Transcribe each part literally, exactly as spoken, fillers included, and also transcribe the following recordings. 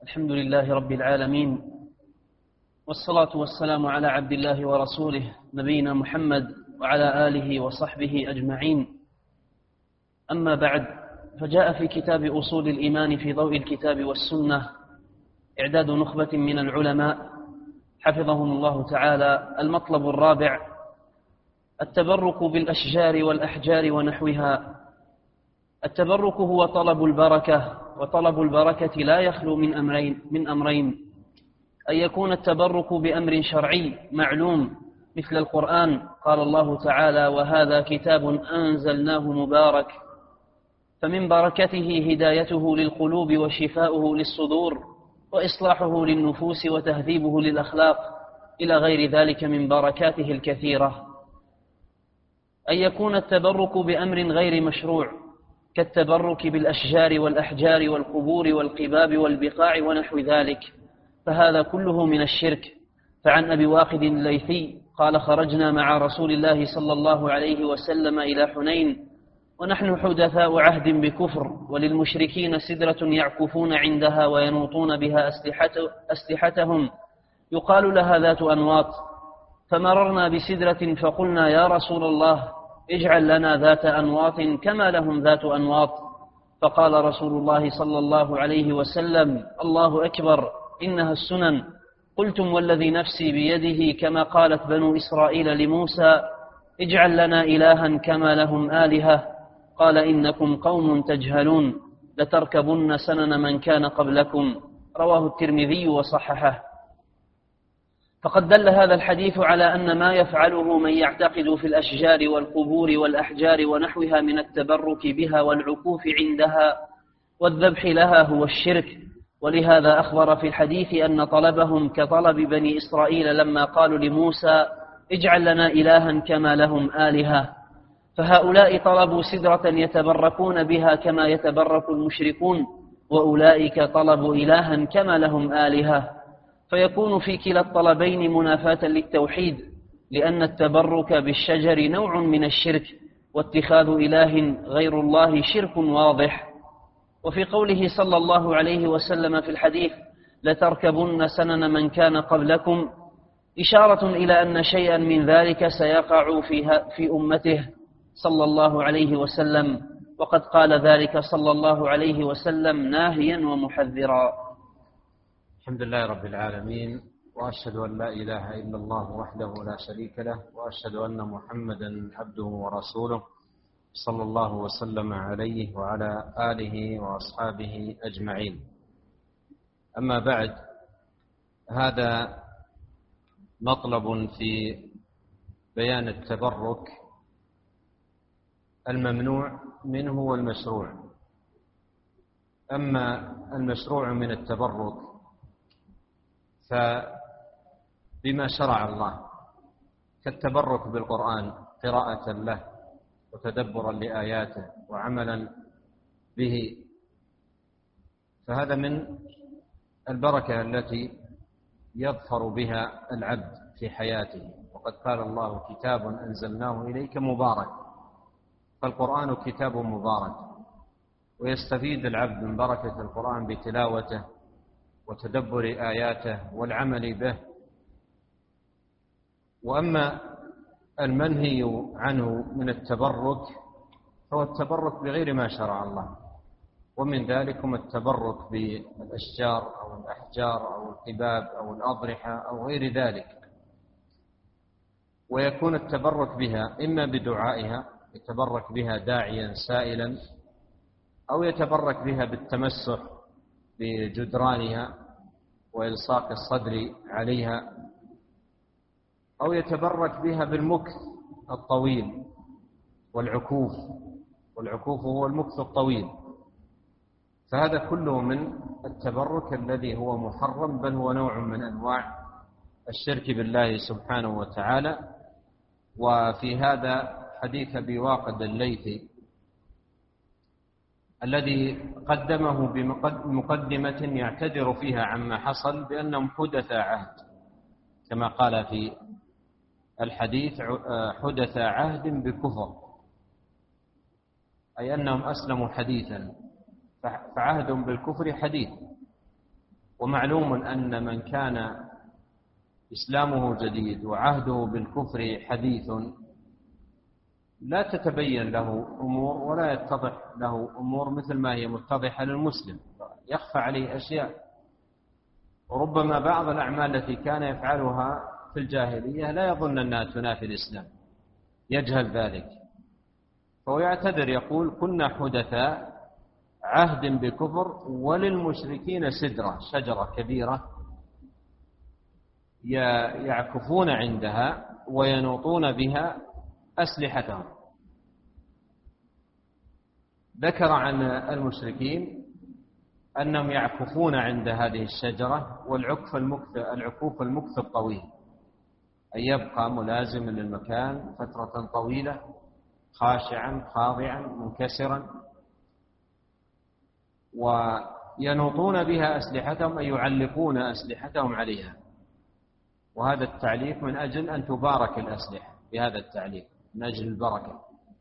الحمد لله رب العالمين، والصلاة والسلام على عبد الله ورسوله نبينا محمد وعلى آله وصحبه أجمعين. أما بعد، فجاء في كتاب أصول الإيمان في ضوء الكتاب والسنة إعداد نخبة من العلماء حفظهم الله تعالى المطلب الرابع: التبرك بالأشجار والأحجار ونحوها. التبرك هو طلب البركة، وطلب البركة لا يخلو من أمرين من أمرين أن يكون التبرك بأمر شرعي معلوم مثل القرآن، قال الله تعالى: وهذا كتاب أنزلناه مبارك، فمن بركته هدايته للقلوب وشفاؤه للصدور وإصلاحه للنفوس وتهذيبه للأخلاق إلى غير ذلك من بركاته الكثيرة. أن يكون التبرك بأمر غير مشروع كالتبرك بالأشجار والأحجار والقبور والقباب والبقاع ونحو ذلك، فهذا كله من الشرك. فعن أبي واقد الليثي قال: خرجنا مع رسول الله صلى الله عليه وسلم إلى حنين ونحن حدثاء عهد بكفر، وللمشركين سدرة يعكفون عندها وينوطون بها أسلحتهم يقال لها ذات أنواط، فمررنا بسدرة فقلنا: يا رسول الله، اجعل لنا ذات أنواط كما لهم ذات أنواط. فقال رسول الله صلى الله عليه وسلم: الله أكبر، إنها السنن. قلتم والذي نفسي بيده كما قالت بنو إسرائيل لموسى: اجعل لنا إلها كما لهم آلهة. قال: إنكم قوم تجهلون، لتركبن سنن من كان قبلكم. رواه الترمذي وصححه. فقد دل هذا الحديث على أن ما يفعله من يعتقد في الأشجار والقبور والأحجار ونحوها من التبرك بها والعكوف عندها والذبح لها هو الشرك. ولهذا أخبر في الحديث أن طلبهم كطلب بني إسرائيل لما قالوا لموسى: اجعل لنا إلها كما لهم آلهة. فهؤلاء طلبوا سدرة يتبركون بها كما يتبرك المشركون، وأولئك طلبوا إلها كما لهم آلهة، فيكون في كلا الطلبين منافاة للتوحيد، لأن التبرك بالشجر نوع من الشرك، واتخاذ إله غير الله شرك واضح. وفي قوله صلى الله عليه وسلم في الحديث: لتركبن سنن من كان قبلكم، إشارة إلى أن شيئا من ذلك سيقع فيها في أمته صلى الله عليه وسلم، وقد قال ذلك صلى الله عليه وسلم ناهيا ومحذرا. الحمد لله رب العالمين، وأشهد أن لا إله إلا الله وحده لا شريك له، وأشهد أن محمدا عبده ورسوله صلى الله وسلم عليه وعلى آله وأصحابه أجمعين. أما بعد، هذا مطلب في بيان التبرك الممنوع منه والمشروع. أما المشروع من التبرك فبما شرع الله كالتبرك بالقرآن قراءة له وتدبرا لآياته وعملا به، فهذا من البركة التي يظفر بها العبد في حياته. وقد قال الله: كتاب أنزلناه إليك مبارك. فالقرآن كتاب مبارك، ويستفيد العبد من بركة القرآن بتلاوته وتدبر آياته والعمل به. وأما المنهي عنه من التبرك فهو التبرك بغير ما شرع الله، ومن ذلكم التبرك بالأشجار أو الأحجار أو القباب أو الأضرحة أو غير ذلك. ويكون التبرك بها إما بدعائها، يتبرك بها داعيا سائلا، أو يتبرك بها بالتمسح بجدرانها وإلصاق الصدر عليها، أو يتبرك بها بالمكث الطويل والعكوف، والعكوف هو المكث الطويل. فهذا كله من التبرك الذي هو محرم، بل هو نوع من أنواع الشرك بالله سبحانه وتعالى. وفي هذا حديث أبي واقد الليثي الذي قدمه بمقدمة يعتذر فيها عما حصل بأنهم حدث عهد، كما قال في الحديث: حدث عهد بكفر، أي أنهم أسلموا حديثا، فعهد بالكفر حديث. ومعلوم أن من كان إسلامه جديد وعهده بالكفر حديث لا تتبين له أمور ولا يتضح له أمور مثل ما هي متضحة للمسلم، يخفى عليه أشياء. وربما بعض الأعمال التي كان يفعلها في الجاهلية لا يظن أنها تنافي الإسلام، يجهل ذلك، فهو يعتذر يقول كنا حدثاء عهد بكفر وللمشركين سدرة، شجرة كبيرة يعكفون عندها وينوطون بها أسلحتهم. ذكر عن المشركين أنهم يعكفون عند هذه الشجرة، والعكف المكث العكوف المكث الطويل، أي يبقى ملازما للمكان فترة طويلة خاشعا خاضعا منكسرا، وينوطون بها أسلحتهم أي يعلقون أسلحتهم عليها. وهذا التعليق من أجل أن تبارك الأسلحة، بهذا التعليق من أجل البركة.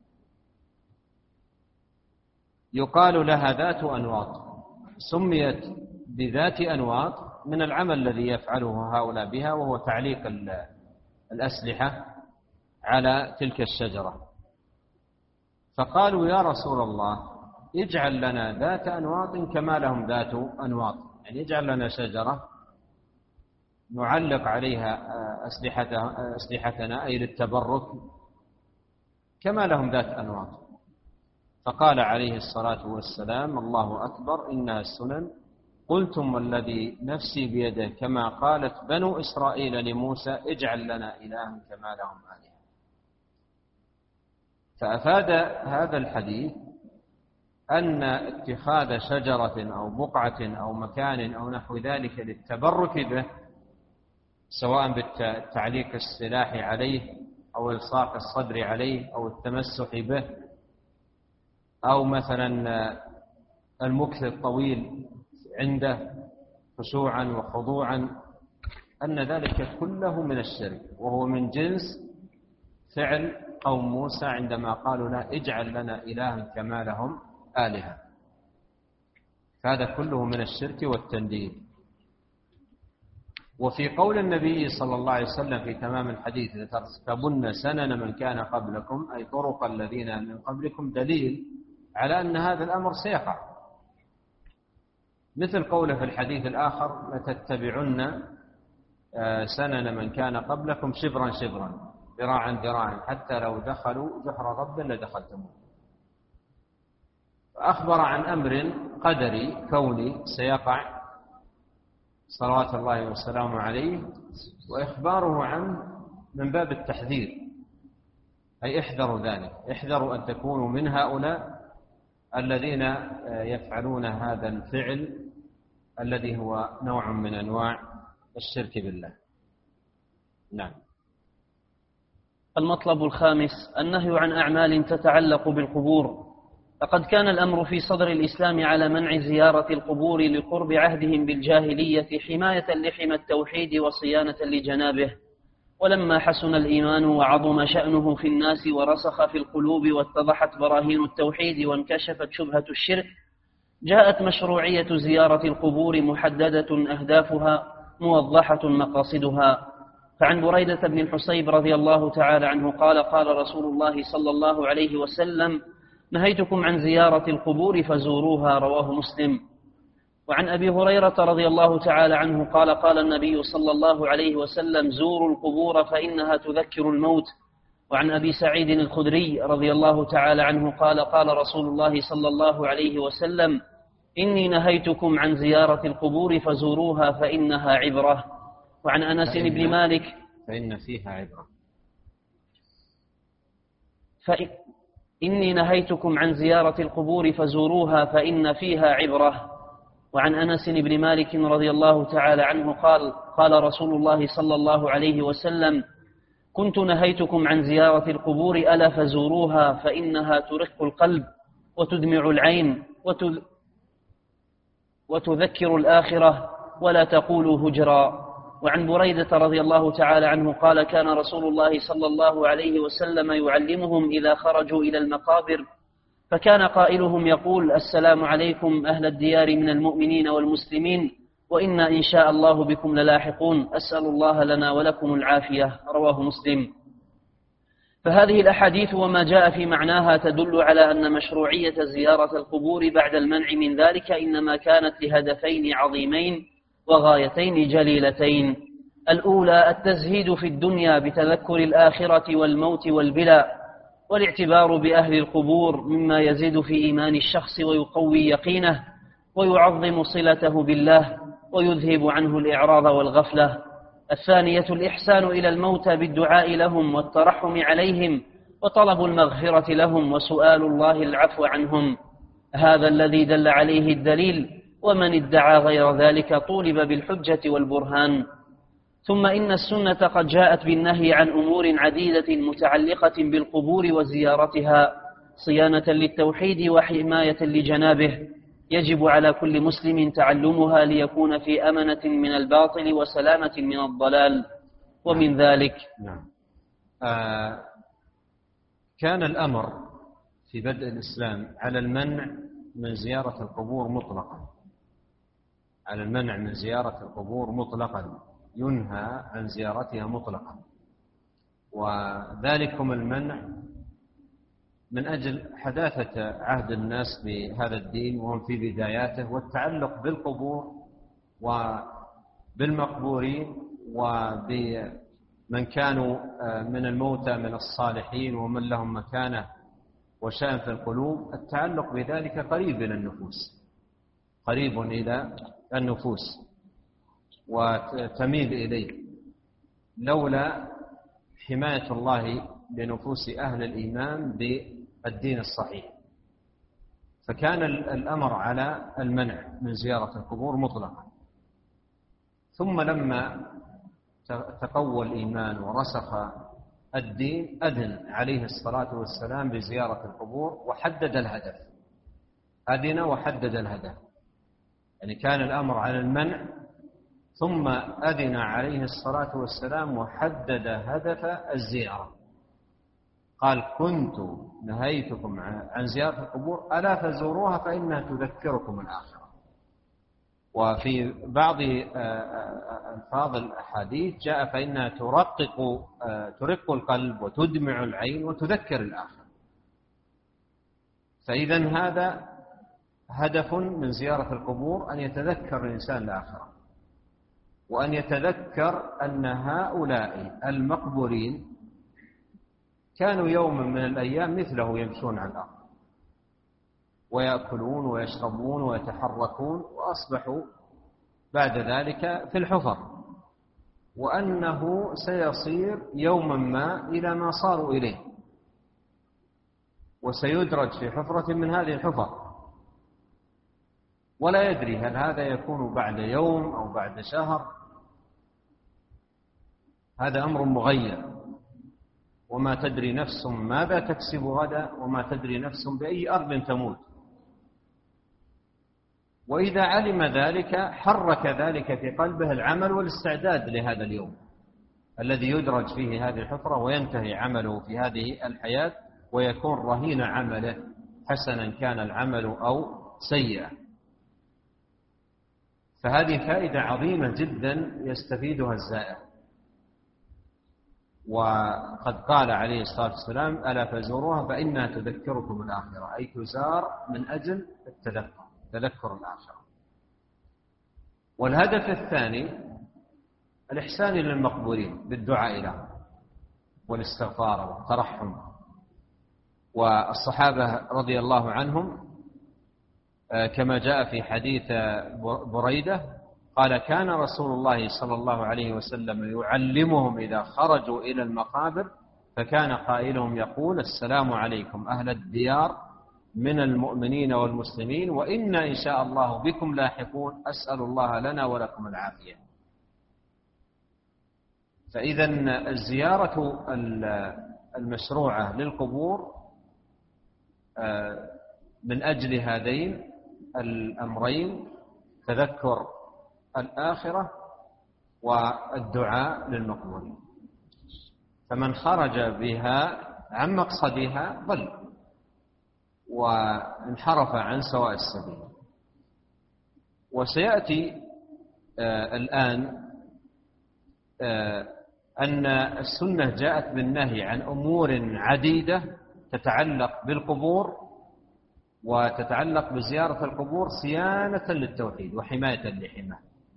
يقال لها ذات أنواط، سميت بذات أنواط من العمل الذي يفعله هؤلاء بها، وهو تعليق الأسلحة على تلك الشجرة. فقالوا يا رسول الله اجعل لنا ذات أنواط كما لهم ذات أنواط، يعني اجعل لنا شجرة نعلق عليها أسلحتنا أي للتبرك كما لهم ذات أنواط. فقال عليه الصلاة والسلام الله أكبر إنها السنن، قلتم والذي نفسي بيده كما قالت بنو إسرائيل لموسى اجعل لنا إلها كما لهم آلهة. فأفاد هذا الحديث أن اتخاذ شجرة أو بقعة أو مكان أو نحو ذلك للتبرك به، سواء بالتعليق السلاح عليه أو إلصاق الصدر عليه أو التمسح به، أو مثلا المكث الطويل عنده خشوعا وخضوعا، أن ذلك كله من الشرك، وهو من جنس فعل قوم موسى عندما قالوا لا اجعل لنا إلها كما لهم آلهة. هذا كله من الشرك والتنديد. وفي قول النبي صلى الله عليه وسلم في تمام الحديث لتركبن سنن من كان قبلكم أي طرق الذين من قبلكم، دليل على أن هذا الأمر سيقع، مثل قوله في الحديث الآخر لتتبعن سنن من كان قبلكم شبرا شبرا ذراعا ذراعا حتى لو دخلوا جحر رب لدخلتموه. فأخبر عن أمر قدري كوني سيقع صلوات الله وسلامه عليه، وإخباره عنه من باب التحذير، أي احذروا ذلك، احذروا أن تكونوا من هؤلاء الذين يفعلون هذا الفعل الذي هو نوع من أنواع الشرك بالله. نعم. المطلب الخامس النهي عن أعمال تتعلق بالقبور. لقد كان الأمر في صدر الإسلام على منع زيارة القبور لقرب عهدهم بالجاهلية حماية لحمى التوحيد وصيانة لجنابه، ولما حسن الإيمان وعظم شأنه في الناس ورسخ في القلوب واتضحت براهين التوحيد وانكشفت شبهة الشرك، جاءت مشروعية زيارة القبور محددة أهدافها موضحة مقاصدها. فعن بريدة بن الحصيب رضي الله تعالى عنه قال قال رسول الله صلى الله عليه وسلم نهيتكم عن زيارة القبور فزوروها، رواه مسلم. وعن أبي هريرة رضي الله تعالى عنه قال قال النبي صلى الله عليه وسلم زوروا القبور فإنها تذكر الموت. وعن أبي سعيد الخدري رضي الله تعالى عنه قال قال رسول الله صلى الله عليه وسلم إني نهيتكم عن زيارة القبور فزوروها فإنها عبرة. وعن أنس بن مالك فإن فيها عبرة فإن إني نهيتكم عن زيارة القبور فزوروها فإن فيها عبرة. وعن أنس بن مالك رضي الله تعالى عنه قال قال رسول الله صلى الله عليه وسلم كنت نهيتكم عن زيارة القبور ألا فزوروها فإنها ترق القلب وتدمع العين وتذكر الآخرة ولا تقولوا هجرا. وعن بريدة رضي الله تعالى عنه قال كان رسول الله صلى الله عليه وسلم يعلمهم إذا خرجوا إلى المقابر فكان قائلهم يقول السلام عليكم أهل الديار من المؤمنين والمسلمين وإنا إن شاء الله بكم للاحقون، أسأل الله لنا ولكم العافية. رواه مسلم. فهذه الأحاديث وما جاء في معناها تدل على أن مشروعية زيارة القبور بعد المنع من ذلك إنما كانت لهدفين عظيمين وغايتين جليلتين: الأولى التزهيد في الدنيا بتذكر الآخرة والموت والبلاء، والاعتبار بأهل القبور مما يزيد في إيمان الشخص ويقوي يقينه ويعظم صلته بالله ويذهب عنه الإعراض والغفلة. الثانية الإحسان إلى الموتى بالدعاء لهم والترحم عليهم وطلب المغفرة لهم وسؤال الله العفو عنهم. هذا الذي دل عليه الدليل، ومن ادعى غير ذلك طولب بالحجة والبرهان. ثم إن السنة قد جاءت بالنهي عن أمور عديدة متعلقة بالقبور وزيارتها صيانة للتوحيد وحماية لجنابه، يجب على كل مسلم تعلمها ليكون في أمنة من الباطل وسلامة من الضلال. ومن ذلك نعم. آه كان الأمر في بدء الإسلام على المنع من زيارة القبور مطلقا، على المنع من زيارة القبور مطلقا، ينهى عن زيارتها مطلقا، وذلكم المنع من أجل حداثة عهد الناس بهذا الدين وهم في بداياته، والتعلق بالقبور وبالمقبورين وبمن كانوا من الموتى من الصالحين ومن لهم مكانة وشأن في القلوب. التعلق بذلك قريب إلى النفوس، قريب إلى النفوس وتميل إليه، لولا حماية الله لنفوس أهل الإيمان بالدين الصحيح. فكان الأمر على المنع من زيارة القبور مطلقا. ثم لما تقوى الإيمان ورسخ الدين أذن عليه الصلاة والسلام بزيارة القبور وحدد الهدف، أذن وحدد الهدف، يعني كان الأمر على المنع ثم أذن عليه الصلاة والسلام وحدد هدف الزيارة. قال: كنت نهيتكم عن زيارة القبور ألا فزوروها فإنها تذكركم الآخرة. وفي بعض ألفاظ الأحاديث جاء فإنها ترقق ترق القلب وتدمع العين وتذكر الآخرة. فإذا هذا هدف من زيارة القبور، أن يتذكر الإنسان الآخرة، وأن يتذكر أن هؤلاء المقبورين كانوا يوما من الأيام مثله يمشون على الأرض ويأكلون ويشربون ويتحركون، وأصبحوا بعد ذلك في الحفر، وأنه سيصير يوما ما إلى ما صاروا إليه، وسيدرج في حفرة من هذه الحفر، ولا يدري هل هذا يكون بعد يوم أو بعد شهر. هذا أمر مغير، وما تدري نفس ماذا تكسب غدا، وما تدري نفس بأي أرض تموت. وإذا علم ذلك حرك ذلك في قلبه العمل والاستعداد لهذا اليوم الذي يدرج فيه هذه الحفرة وينتهي عمله في هذه الحياة، ويكون رهين عمله حسنا كان العمل أو سيئا. فهذه فائدة عظيمة جدا يستفيدها الزائر. وقد قال عليه الصلاة والسلام: ألا فزوروها فإنها تذكركم الآخرة، أي تزار من أجل التذكر، تذكر الآخرة. والهدف الثاني الإحسان للمقبورين بالدعاء لهم والاستغفار والترحم. والصحابة رضي الله عنهم كما جاء في حديث بريدة قال: كان رسول الله صلى الله عليه وسلم يعلمهم إذا خرجوا إلى المقابر، فكان قائلهم يقول: السلام عليكم أهل الديار من المؤمنين والمسلمين، وإنا إن شاء الله بكم لاحقون، أسأل الله لنا ولكم العافية. فإذا الزيارة المشروعة للقبور من أجل هذين الأمرين: تذكر الآخرة والدعاء للمقبورين. فمن خرج بها عن مقصدها ضل وانحرف عن سواء السبيل. وسيأتي آه الآن آه أن السنة جاءت بالنهي عن أمور عديدة تتعلق بالقبور وتتعلق بزيارة القبور صيانة للتوحيد وحماية لحماه.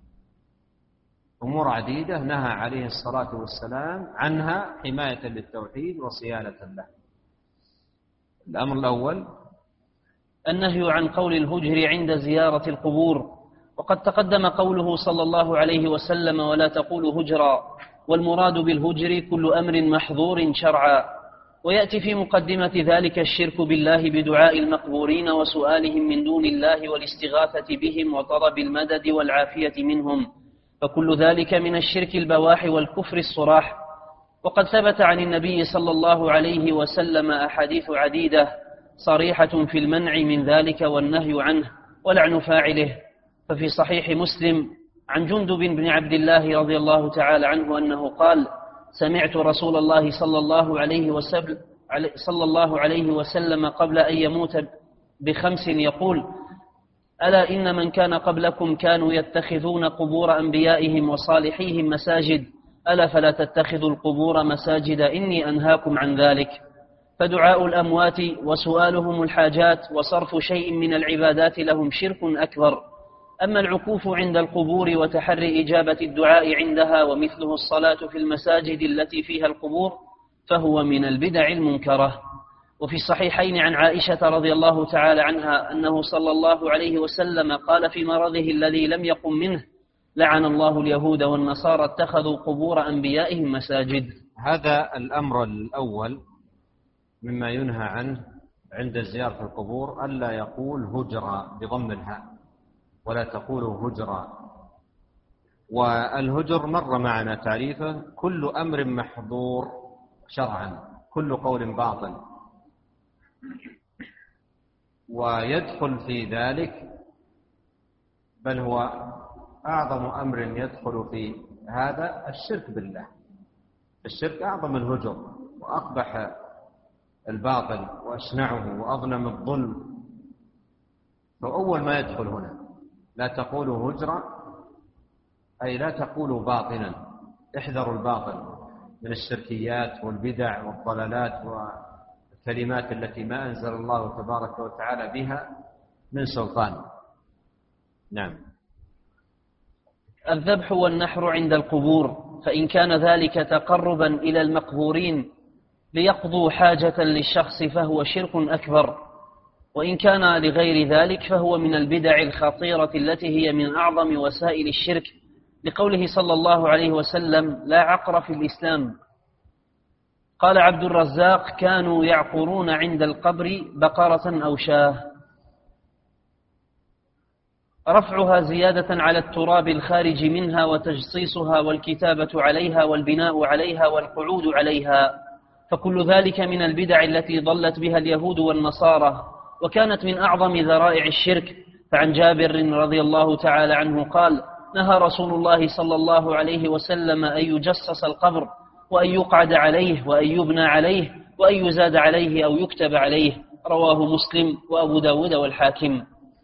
أمور عديدة نهى عليه الصلاة والسلام عنها حماية للتوحيد وصيانة له. الأمر الأول النهي عن قول الهجر عند زيارة القبور، وقد تقدم قوله صلى الله عليه وسلم ولا تقولوا هجرا، والمراد بالهجر كل أمر محظور شرعا. ويأتي في مقدمة ذلك الشرك بالله بدعاء المقبورين وسؤالهم من دون الله والاستغاثة بهم وطلب المدد والعافية منهم، فكل ذلك من الشرك البواح والكفر الصراح. وقد ثبت عن النبي صلى الله عليه وسلم أحاديث عديدة صريحة في المنع من ذلك والنهي عنه ولعن فاعله. ففي صحيح مسلم عن جندب بن عبد الله رضي الله تعالى عنه أنه قال: سمعت رسول الله صلى الله عليه وسلم, صلى الله عليه وسلم قبل أن يموت بخمس يقول: ألا إن من كان قبلكم كانوا يتخذون قبور أنبيائهم وصالحيهم مساجد، ألا فلا تتخذوا القبور مساجد إني أنهاكم عن ذلك. فدعاء الأموات وسؤالهم الحاجات وصرف شيء من العبادات لهم شرك أكبر. أما العكوف عند القبور وتحري إجابة الدعاء عندها ومثله الصلاة في المساجد التي فيها القبور فهو من البدع المنكرة. وفي الصحيحين عن عائشة رضي الله تعالى عنها أنه صلى الله عليه وسلم قال في مرضه الذي لم يقم منه: لعن الله اليهود والنصارى اتخذوا قبور أنبيائهم مساجد. هذا الأمر الأول مما ينهى عنه عند زيارة القبور، ألا يقول هجرا بضم الهاء، ولا تقولوا هجرا. والهجر مر معنا تعريفه: كل أمر محظور شرعا، كل قول باطل. ويدخل في ذلك، بل هو أعظم أمر يدخل في هذا، الشرك بالله. الشرك أعظم الهجر وأقبح الباطل وأشنعه وأظلم الظلم، فأول ما يدخل هنا لا تقولوا هجرا، أي لا تقولوا باطلا، احذروا الباطل من الشركيات والبدع والضلالات والكلمات التي ما أنزل الله تبارك وتعالى بها من سلطان. نعم. الذبح والنحر عند القبور، فإن كان ذلك تقربا إلى المقبورين ليقضوا حاجة للشخص فهو شرك أكبر، وإن كان لغير ذلك فهو من البدع الخطيرة التي هي من أعظم وسائل الشرك، لقوله صلى الله عليه وسلم: لا عقر في الإسلام. قال عبد الرزاق: كانوا يعقرون عند القبر بقرة أو شاه. رفعها زيادة على التراب الخارج منها وتجصيصها والكتابة عليها والبناء عليها والقعود عليها، فكل ذلك من البدع التي ضلت بها اليهود والنصارى، وكانت من أعظم ذرائع الشرك. فعن جابر رضي الله تعالى عنه قال: نهى رسول الله صلى الله عليه وسلم أن يجصص القبر وأن يقعد عليه وأن يبنى عليه وأن يزاد عليه أو يكتب عليه. رواه مسلم وأبو داود والحاكم.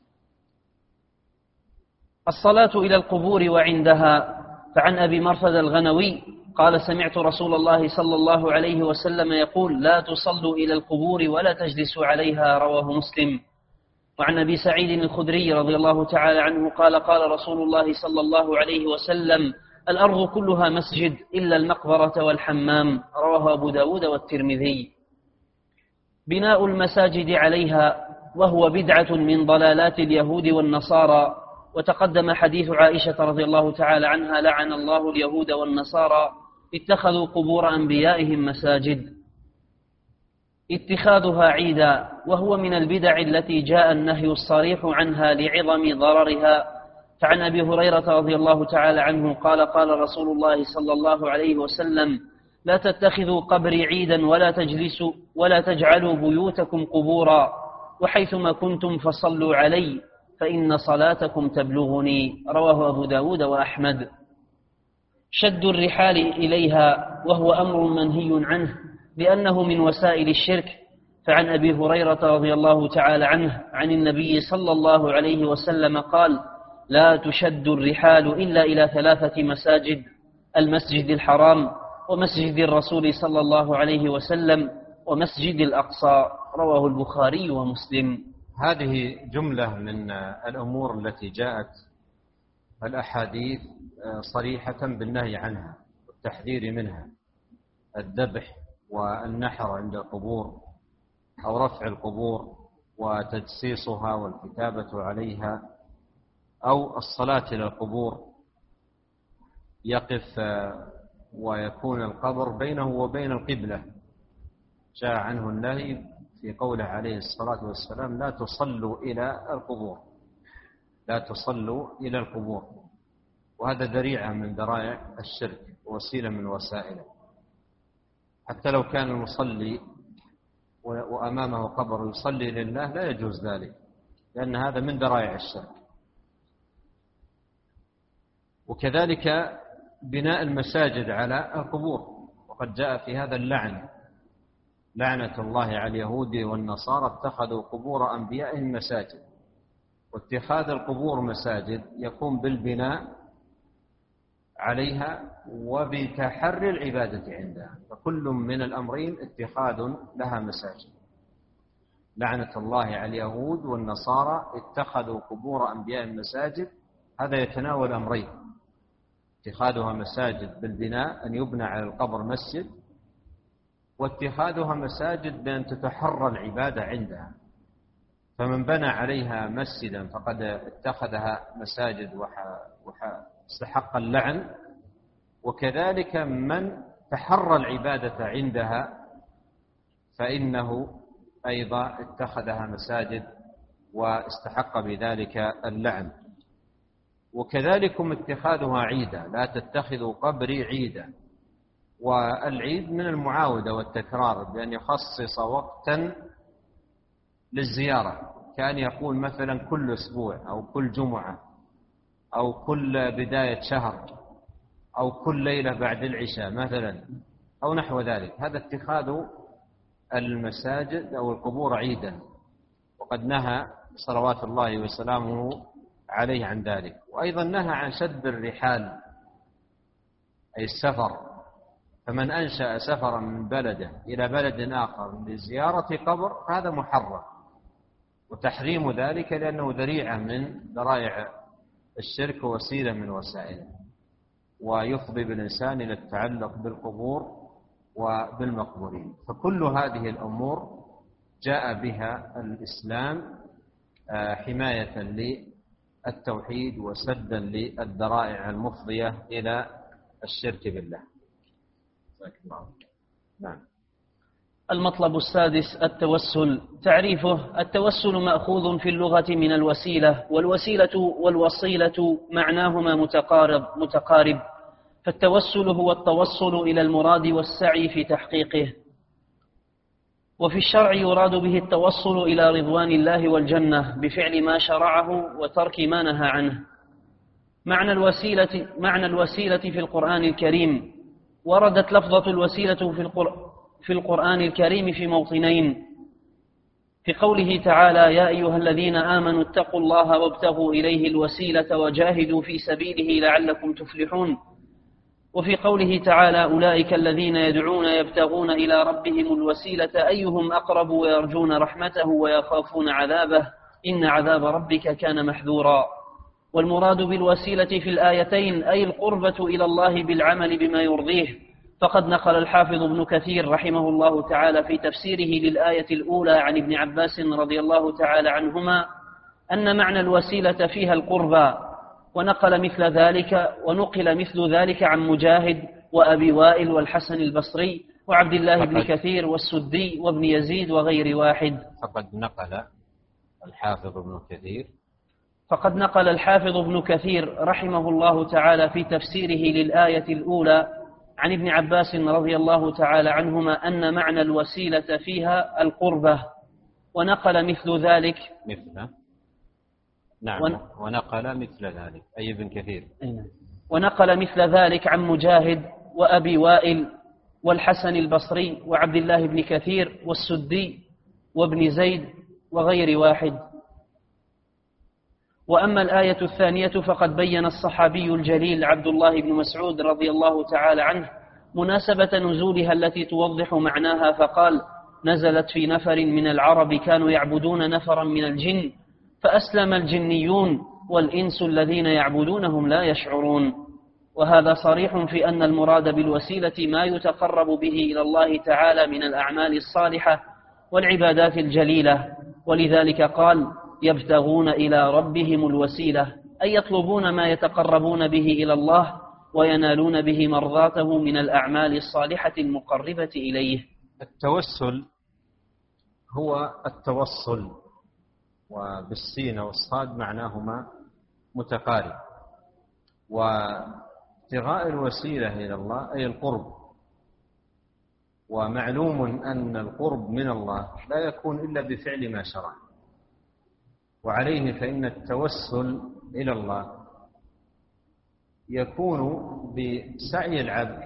الصلاة إلى القبور وعندها، فعن أبي مرثد الغنوي قال: سمعت رسول الله صلى الله عليه وسلم يقول: لا تصلوا إلى القبور ولا تجلسوا عليها. رواه مسلم. وعن أبي سعيد الخدري رضي الله تعالى عنه قال: قال رسول الله صلى الله عليه وسلم: الأرض كلها مسجد إلا المقبرة والحمام. رواه أبو داود والترمذي. بناء المساجد عليها، وهو بدعة من ضلالات اليهود والنصارى. وتقدم حديث عائشة رضي الله تعالى عنها: لعن الله اليهود والنصارى اتخذوا قبور أنبيائهم مساجد. اتخاذها عيدا، وهو من البدع التي جاء النهي الصريح عنها لعظم ضررها. فعن أبي هريرة رضي الله تعالى عنه قال: قال رسول الله صلى الله عليه وسلم: لا تتخذوا قبري عيدا ولا تجلسوا ولا تجعلوا بيوتكم قبورا، وحيثما كنتم فصلوا علي فإن صلاتكم تبلغني. رواه أبو داود وأحمد. شد الرحال إليها، وهو أمر منهي عنه لأنه من وسائل الشرك. فعن أبي هريرة رضي الله تعالى عنه عن النبي صلى الله عليه وسلم قال: لا تشد الرحال إلا إلى ثلاثة مساجد: المسجد الحرام، ومسجد الرسول صلى الله عليه وسلم، ومسجد الأقصى. رواه البخاري ومسلم. هذه جملة من الأمور التي جاءت الأحاديث صريحة بالنهي عنها والتحذير منها: الذبح والنحر عند القبور، أو رفع القبور وتجسيسها والكتابة عليها، أو الصلاة إلى القبور يقف ويكون القبر بينه وبين القبلة. جاء عنه النهي في قوله عليه الصلاة والسلام: لا تصلوا إلى القبور، لا تصلوا إلى القبور. وهذا ذريعة من ذرائع الشرك ووسيلة من وسائله. حتى لو كان المصلي وأمامه قبر يصلي لله لا يجوز ذلك، لأن هذا من ذرائع الشرك. وكذلك بناء المساجد على القبور، وقد جاء في هذا اللعن: لعنة الله على اليهود والنصارى اتخذوا قبور أنبيائهم مساجد. واتخاذ القبور مساجد يقوم بالبناء عليها وبتحري العبادة عندها، فكل من الأمرين اتخاذ لها مساجد. لعنة الله على اليهود والنصارى اتخذوا قبور أنبيائهم مساجد، هذا يتناول أمرين: اتخاذها مساجد بالبناء، أن يبنى على القبر مسجد، واتخاذها مساجد بأن تتحرى العبادة عندها. فمن بنى عليها مسجدا فقد اتخذها مساجد واستحق اللعن، وكذلك من تحرى العبادة عندها فإنه أيضا اتخذها مساجد واستحق بذلك اللعن. وكذلكم اتخاذها عيدا: لا تتخذوا قبري عيدا. والعيد من المعاودة والتكرار، بأن يخصص وقتا للزيارة، كان يقول مثلا كل أسبوع أو كل جمعة أو كل بداية شهر أو كل ليلة بعد العشاء مثلا، أو نحو ذلك. هذا اتخاذ المساجد أو القبور عيدا، وقد نهى صلوات الله وسلامه عليه عن ذلك. وأيضا نهى عن شد الرحال أي السفر، فمن أنشأ سفرا من بلده إلى بلد آخر لزيارة قبر هذا محرم، وتحريم ذلك لأنه ذريعة من ذرائع الشرك ووسيلة من وسائله، ويفضي بالإنسان إلى التعلق بالقبور وبالمقبورين. فكل هذه الأمور جاء بها الإسلام حماية للتوحيد وسدا للذرائع المفضية إلى الشرك بالله. نعم. المطلب السادس: التوسل. تعريفه: التوسل مأخوذ في اللغة من الوسيلة، والوسيلة والوصيلة معناهما متقارب متقارب فالتوسل هو التوصل إلى المراد والسعي في تحقيقه. وفي الشرع يراد به التوصل إلى رضوان الله والجنة بفعل ما شرعه وترك ما نهى عنه. معنى الوسيلة معنى الوسيلة في القرآن الكريم: وردت لفظة الوسيلة في القرآن في القرآن الكريم في موطنين: في قوله تعالى: يا أيها الذين آمنوا اتقوا الله وابتغوا إليه الوسيلة وجاهدوا في سبيله لعلكم تفلحون. وفي قوله تعالى: أولئك الذين يدعون يبتغون إلى ربهم الوسيلة أيهم أقرب ويرجون رحمته ويخافون عذابه إن عذاب ربك كان محذورا. والمراد بالوسيلة في الآيتين أي القربة إلى الله بالعمل بما يرضيه. فقد نقل الحافظ ابن كثير رحمه الله تعالى في تفسيره للآية الأولى عن ابن عباس رضي الله تعالى عنهما أن معنى الوسيلة فيها القربى، ونقل مثل ذلك ونقل مثل ذلك عن مجاهد وأبي وائل والحسن البصري وعبد الله بن كثير والسدي وابن يزيد وغير واحد. فقد نقل الحافظ ابن كثير فقد نقل الحافظ ابن كثير رحمه الله تعالى في تفسيره للآية الأولى عن ابن عباس رضي الله تعالى عنهما أن معنى الوسيلة فيها القربة، ونقل مثل ذلك مثل نعم ون... ونقل مثل ذلك أي ابن كثير ونقل مثل ذلك عن مجاهد وأبي وائل والحسن البصري وعبد الله بن كثير والسدي وابن زيد وغير واحد. وأما الآية الثانية فقد بين الصحابي الجليل عبد الله بن مسعود رضي الله تعالى عنه مناسبة نزولها التي توضح معناها فقال: نزلت في نفر من العرب كانوا يعبدون نفرا من الجن فأسلم الجنيون والإنس الذين يعبدونهم لا يشعرون. وهذا صريح في أن المراد بالوسيلة ما يتقرب به إلى الله تعالى من الأعمال الصالحة والعبادات الجليلة، ولذلك قال: يبتغون إلى ربهم الوسيلة، أي يطلبون ما يتقربون به إلى الله وينالون به مرضاته من الأعمال الصالحة المقربة إليه. التوسل هو التوصل، وبالسين والصاد معناهما متقارب، وابتغاء الوسيلة إلى الله أي القرب. ومعلوم أن القرب من الله لا يكون إلا بفعل ما شرع، وعليه فإن التوسل إلى الله يكون بسعي العبد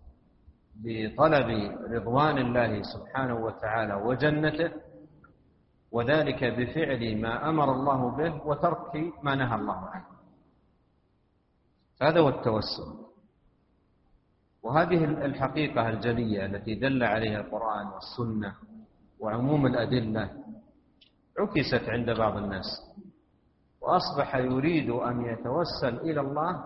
بطلب رضوان الله سبحانه وتعالى وجنته، وذلك بفعل ما أمر الله به وترك ما نهى الله عنه. هذا هو التوسل. وهذه الحقيقة الجلية التي دل عليها القرآن والسنة وعموم الأدلة عكست عند بعض الناس، وأصبح يريد أن يتوسل إلى الله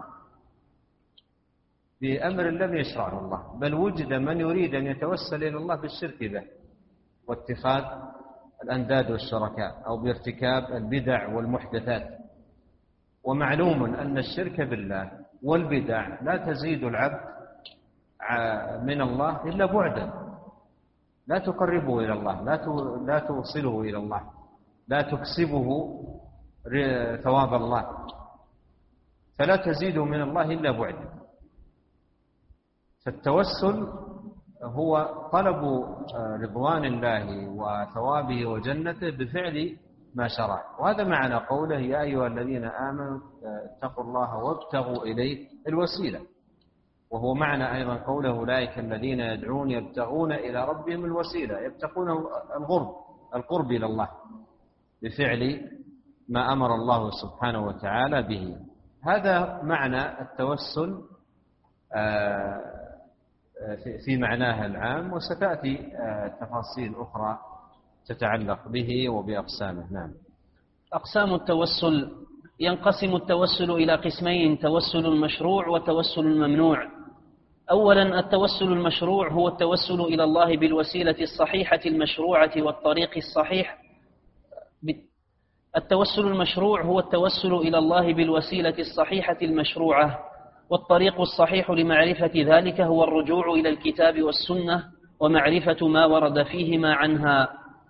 بأمر لم يشرعه الله، بل وجد من يريد أن يتوسل إلى الله بالشرك به واتخاذ الأنداد والشركاء، أو بارتكاب البدع والمحدثات. ومعلوم أن الشرك بالله والبدع لا تزيد العبد من الله إلا بعدا، لا تقربه إلى الله، لا توصله إلى الله، لا تكسبه ثواب الله، فلا تزيد من الله إلا بعدا. فالتوسل هو طلب رضوان الله وثوابه وجنته بفعل ما شرع. وهذا معنى قوله: يا أيها الذين آمنوا اتقوا الله وابتغوا إليه الوسيلة. وهو معنى أيضا قوله: أولئك الذين يدعون يبتغون إلى ربهم الوسيلة، يبتغون القرب القرب إلى الله بفعل ما أمر الله سبحانه وتعالى به. هذا معنى التوسل في معناها العام، وستأتي تفاصيل أخرى تتعلق به وبأقسامه. نعم. أقسام التوسل: ينقسم التوسل إلى قسمين: توسل مشروع وتوسل ممنوع. أولا، التوسل المشروع هو التوسل إلى الله بالوسيلة الصحيحة المشروعة والطريق الصحيح. التوسل المشروع هو التوسل إلى الله بالوسيلة الصحيحة المشروعة، والطريق الصحيح لمعرفة ذلك هو الرجوع إلى الكتاب والسنة ومعرفة ما ورد فيهما عنها.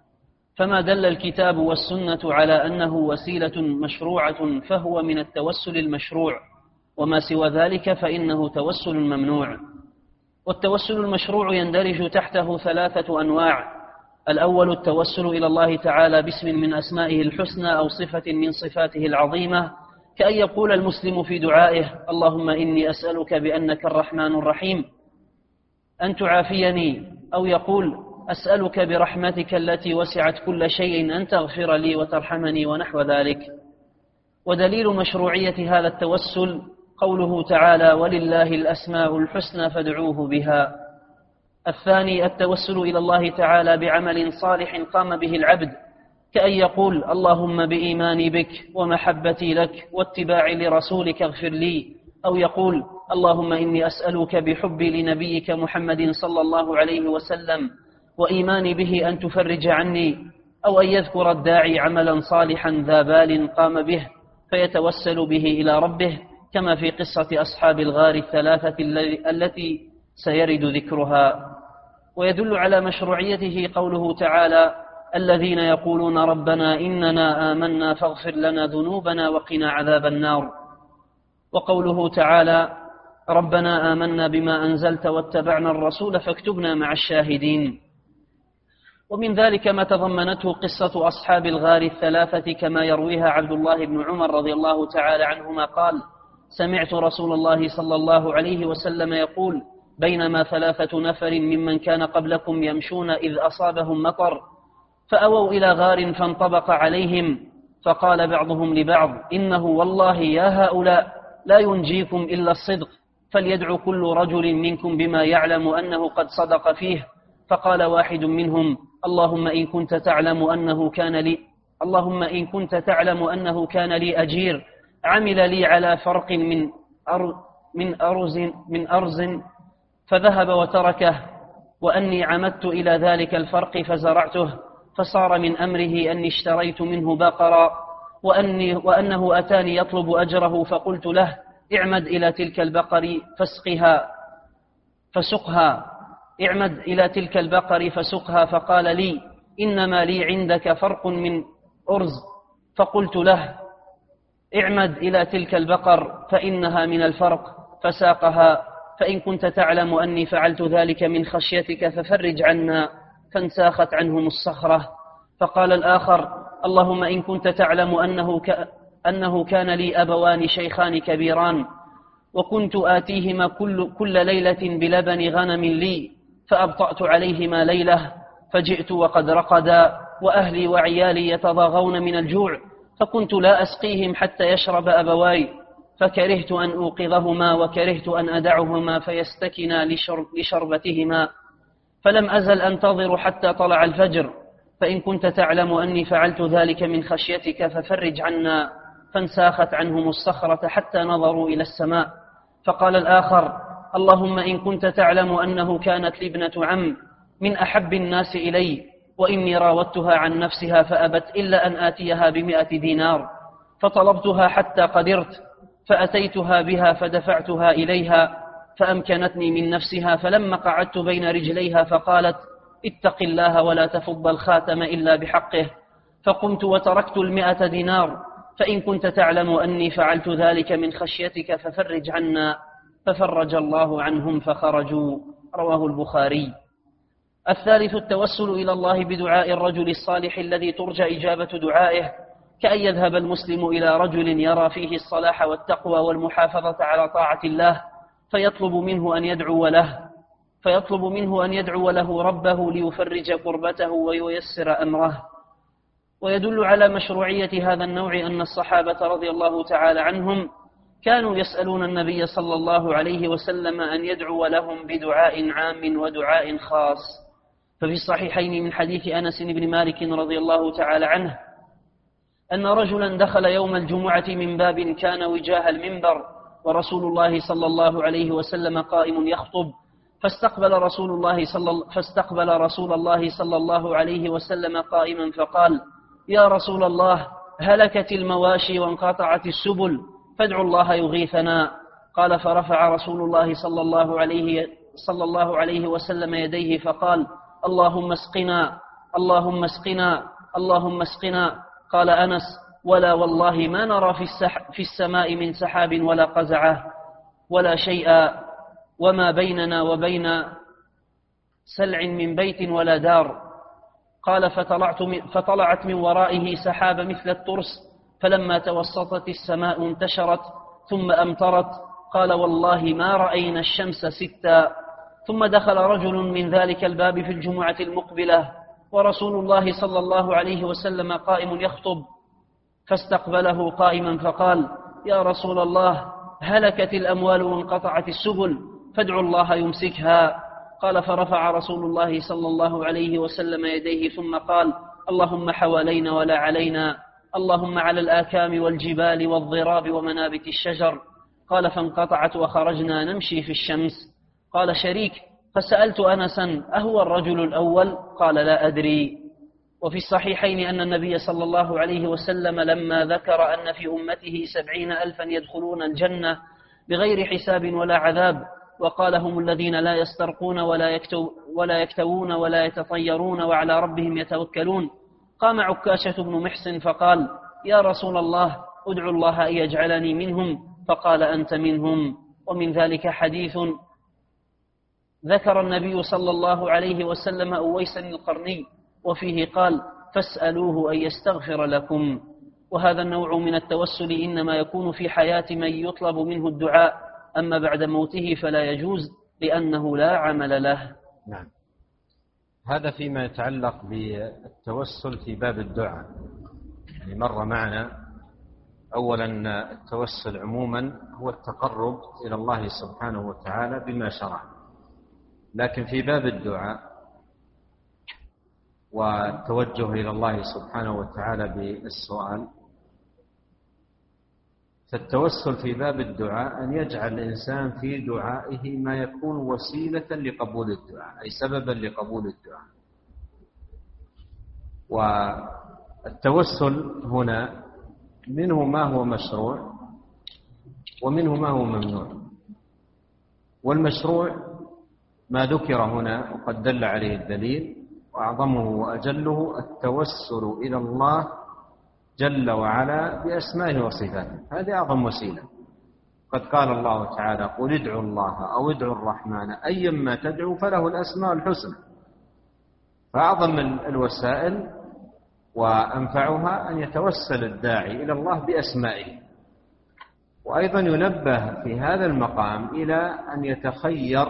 فما دل الكتاب والسنة على أنه وسيلة مشروعة فهو من التوسل المشروع، وما سوى ذلك فإنه توسل ممنوع. والتوسل المشروع يندرج تحته ثلاثة أنواع: الأول التوسل إلى الله تعالى باسم من أسمائه الحسنى أو صفة من صفاته العظيمة، كأن يقول المسلم في دعائه: اللهم إني أسألك بأنك الرحمن الرحيم أن تعافيني، أو يقول: أسألك برحمتك التي وسعت كل شيء أن تغفر لي وترحمني، ونحو ذلك. ودليل مشروعية هذا التوسل قوله تعالى: ولله الأسماء الحسنى فادعوه بها. الثاني التوسل إلى الله تعالى بعمل صالح قام به العبد، كأن يقول: اللهم بإيماني بك ومحبتي لك واتباعي لرسولك اغفر لي، أو يقول: اللهم إني أسألك بحبي لنبيك محمد صلى الله عليه وسلم وإيماني به أن تفرج عني، أو أن يذكر الداعي عملا صالحا ذا بال قام به فيتوسل به إلى ربه، كما في قصة أصحاب الغار الثلاثة التي سيرد ذكرها. ويدل على مشروعيته قوله تعالى: الذين يقولون ربنا إننا آمنا فاغفر لنا ذنوبنا وقنا عذاب النار. وقوله تعالى: ربنا آمنا بما أنزلت واتبعنا الرسول فاكتبنا مع الشاهدين. ومن ذلك ما تضمنته قصة أصحاب الغار الثلاثة كما يرويها عبد الله بن عمر رضي الله تعالى عنهما قال: سمعت رسول الله صلى الله عليه وسلم يقول: بينما ثلاثة نفر ممن كان قبلكم يمشون إذ أصابهم مطر فأووا إلى غار فانطبق عليهم، فقال بعضهم لبعض: إنه والله يا هؤلاء لا ينجيكم إلا الصدق، فليدعو كل رجل منكم بما يعلم أنه قد صدق فيه. فقال واحد منهم: اللهم إن كنت تعلم أنه كان لي اللهم إن كنت تعلم أنه كان لي أجير عمل لي على فرق من أر من أرز من أرز فذهب وتركه، وأني عمدت إلى ذلك الفرق فزرعته، فصار من أمره أني اشتريت منه بقرا، وأني وأنه أتاني يطلب أجره، فقلت له: اعمد إلى تلك البقر فسقها فسقها اعمد إلى تلك البقر فسقها فقال لي: إنما لي عندك فرق من أرز. فقلت له: اعمد إلى تلك البقر فإنها من الفرق، فساقها. فإن كنت تعلم أني فعلت ذلك من خشيتك ففرج عنا. فانساخت عنهم الصخرة. فقال الآخر: اللهم إن كنت تعلم أنه, ك... أنه كان لي أبوان شيخان كبيران، وكنت آتيهما كل, كل ليلة بلبن غنم لي، فأبطأت عليهما ليلة، فجئت وقد رقدا، وأهلي وعيالي يتضاغون من الجوع، فكنت لا أسقيهم حتى يشرب أبواي، فكرهت أن أوقظهما وكرهت أن أدعهما فيستكنا لشرب لشربتهما، فلم أزل أنتظر حتى طلع الفجر. فإن كنت تعلم أني فعلت ذلك من خشيتك ففرج عنا. فانساخت عنهم الصخرة حتى نظروا إلى السماء. فقال الآخر: اللهم إن كنت تعلم أنه كانت لي ابنة عم من أحب الناس إلي، وإني راودتها عن نفسها فأبت إلا أن آتيها بمئة دينار، فطلبتها حتى قدرت، فأتيتها بها فدفعتها إليها فأمكنتني من نفسها، فلما قعدت بين رجليها فقالت: اتق الله ولا تفض الخاتم إلا بحقه، فقمت وتركت المئة دينار. فإن كنت تعلم أني فعلت ذلك من خشيتك ففرج عنا. ففرج الله عنهم فخرجوا. رواه البخاري. الثالث التوسل إلى الله بدعاء الرجل الصالح الذي ترجى إجابة دعائه، كأن يذهب المسلم إلى رجل يرى فيه الصلاح والتقوى والمحافظة على طاعة الله، فيطلب منه أن يدعو له فيطلب منه أن يدعو له ربه ليفرج كربته وييسر أمره. ويدل على مشروعية هذا النوع أن الصحابة رضي الله تعالى عنهم كانوا يسألون النبي صلى الله عليه وسلم أن يدعو لهم بدعاء عام ودعاء خاص. ففي الصحيحين من حديث أنس بن مالك رضي الله تعالى عنه أن رجلا دخل يوم الجمعة من باب كان وجاه المنبر، ورسول الله صلى الله عليه وسلم قائم يخطب، فاستقبل رسول الله صلى فاستقبل رسول الله صلى الله عليه وسلم قائما فقال: يا رسول الله، هلكت المواشي وانقطعت السبل، فادعوا الله يغيثنا. قال: فرفع رسول الله صلى الله عليه صلى الله عليه وسلم يديه فقال: اللهم اسقنا اللهم اسقنا اللهم اسقنا. قال أنس: ولا والله ما نرى في, السح في السماء من سحاب ولا قزعة ولا شيئا، وما بيننا وبين سلع من بيت ولا دار. قال: فطلعت من فطلعت من ورائه سحاب مثل الترس، فلما توسطت السماء انتشرت ثم أمطرت. قال: والله ما رأينا الشمس ستا. ثم دخل رجل من ذلك الباب في الجمعة المقبلة، ورسول الله صلى الله عليه وسلم قائم يخطب، فاستقبله قائما فقال: يا رسول الله، هلكت الأموال وانقطعت السبل، فادعوا الله يمسكها. قال: فرفع رسول الله صلى الله عليه وسلم يديه ثم قال: اللهم حوالينا ولا علينا، اللهم على الآكام والجبال والضراب ومنابت الشجر. قال: فانقطعت وخرجنا نمشي في الشمس. قال شريك: فسألت أنسا: أهو الرجل الأول؟ قال: لا أدري. وفي الصحيحين أن النبي صلى الله عليه وسلم لما ذكر أن في أمته سبعين ألفا يدخلون الجنة بغير حساب ولا عذاب، وقال: هم الذين لا يسترقون ولا, يكتو ولا يكتوون ولا يتطيرون وعلى ربهم يتوكلون، قام عكاشة بن محسن فقال: يا رسول الله، ادعو الله أن يجعلني منهم. فقال: أنت منهم. ومن ذلك حديث ذكر النبي صلى الله عليه وسلم أويسا القرني، وفيه قال: فاسألوه أن يستغفر لكم. وهذا النوع من التوسل إنما يكون في حياة من يطلب منه الدعاء، أما بعد موته فلا يجوز لأنه لا عمل له. نعم. هذا فيما يتعلق بالتوسل في باب الدعاء. يعني مر معنا أولا التوسل عموما هو التقرب إلى الله سبحانه وتعالى بما شرع، لكن في باب الدعاء والتوجه إلى الله سبحانه وتعالى بالسؤال، فالتوسل في باب الدعاء أن يجعل الإنسان في دعائه ما يكون وسيلة لقبول الدعاء، أي سببا لقبول الدعاء. والتوسل هنا منه ما هو مشروع ومنه ما هو ممنوع. والمشروع ما ذكر هنا وقد دل عليه الدليل، وأعظمه وأجله التوسل إلى الله جل وعلا بأسمائه وصفاته، هذه أعظم وسيلة. قد قال الله تعالى: قل ادعوا الله أو ادعوا الرحمن أيما تدعوا فله الأسماء الحسنى. فأعظم الوسائل وأنفعها أن يتوسل الداعي إلى الله بأسمائه. وأيضا ينبه في هذا المقام إلى أن يتخير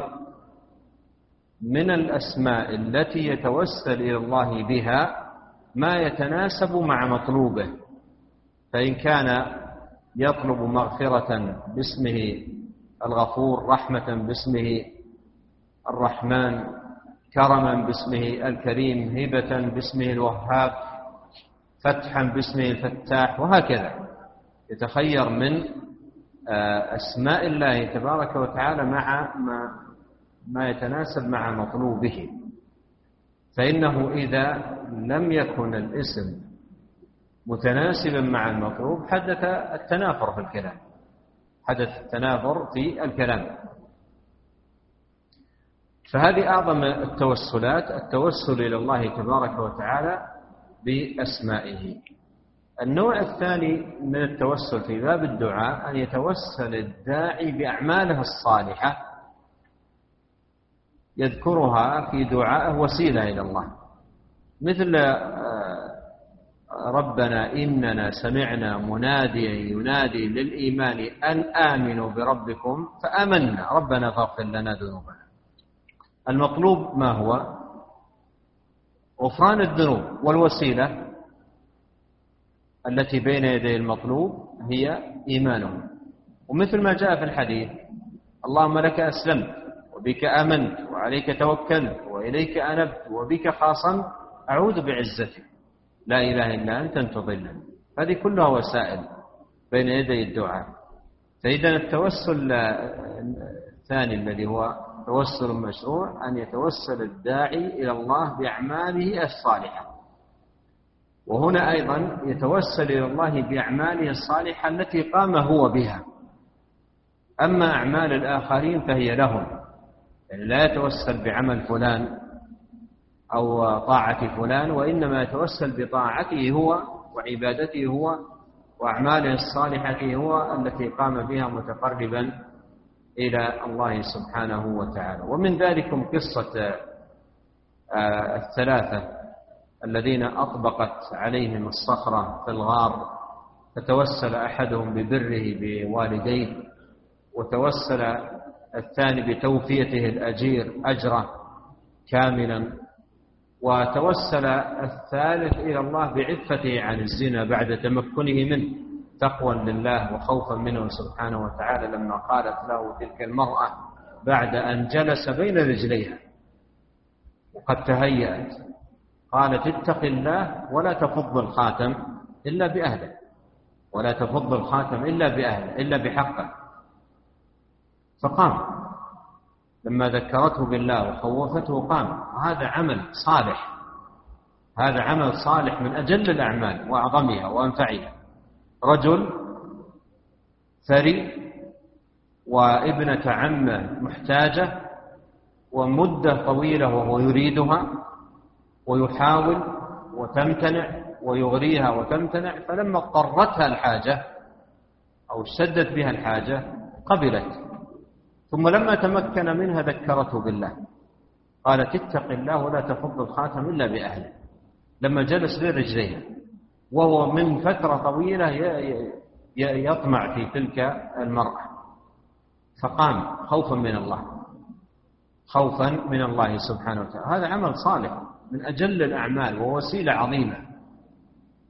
من الأسماء التي يتوسل إلى الله بها ما يتناسب مع مطلوبه، فإن كان يطلب مغفرة باسمه الغفور، رحمة باسمه الرحمن، كرما باسمه الكريم، هبة باسمه الوهاب، فتحا باسمه الفتاح، وهكذا يتخير من أسماء الله تبارك وتعالى مع ما, ما يتناسب مع مطلوبه. فإنه إذا لم يكن الاسم متناسبا مع المطلوب حدث التنافر في الكلام حدث التنافر في الكلام فهذه أعظم التوسلات، التوسل إلى الله تبارك وتعالى بأسمائه. النوع الثاني من التوسل في باب الدعاء أن يتوسل الداعي بأعماله الصالحة يذكرها في دعائه وسيلة إلى الله، مثل ربنا إننا سمعنا مناديا ينادي للإيمان أن آمنوا بربكم فآمنا ربنا فاغفر لنا ذنوبنا. المطلوب ما هو؟ غفران الذنوب، والوسيلة التي بين يدي المطلوب هي إيمانهم. ومثل ما جاء في الحديث: اللهم لك أسلمت وبك آمنت وعليك توكلت وإليك أنبت وبك خاصمت أعوذ بعزتك لا إله إلا أنت أن تضلني. هذه كلها وسائل بين يدي الدعاء. فإذا التوسل الثاني الذي هو توسل مشروع أن يتوسل الداعي إلى الله بأعماله الصالحة. وهنا أيضا يتوسل إلى الله بأعماله الصالحة التي قام هو بها، أما أعمال الآخرين فهي لهم، يعني لا يتوسل بعمل فلان أو طاعة فلان، وإنما يتوسل بطاعته هو وعبادته هو وأعماله الصالحة هو التي قام بها متقربا إلى الله سبحانه وتعالى. ومن ذلكم قصة الثلاثة الذين أطبقت عليهم الصخرة في الغار، فتوسل أحدهم ببره بوالديه، وتوسل الثاني بتوفيته الأجير أجره كاملا، وتوسل الثالث إلى الله بعفته عن الزنا بعد تمكنه منه تقوى لله وخوفا منه سبحانه وتعالى، لما قالت له تلك المرأة بعد أن جلس بين رجليها وقد تهيأت، قالت: اتق الله ولا تفض الخاتم إلا بأهله ولا تفض الخاتم إلا بأهله إلا بحقه. فقام لما ذكرته بالله وخوفته، قام. هذا عمل صالح، هذا عمل صالح من أجل الأعمال وأعظمها وأنفعها. رجل ثري وابنة عمه محتاجة ومدة طويلة وهو يريدها ويحاول وتمتنع ويغريها وتمتنع، فلما اضطرتها الحاجة أو اشتدت بها الحاجة قبلت، ثم لما تمكن منها ذكرته بالله، قالت: اتق الله ولا تفض الخاتم إلا بأهله، لما جلس بين رجليها وهو من فترة طويلة يطمع في تلك المرأة، فقام خوفا من الله خوفا من الله سبحانه وتعالى. هذا عمل صالح من أجل الأعمال ووسيلة عظيمة.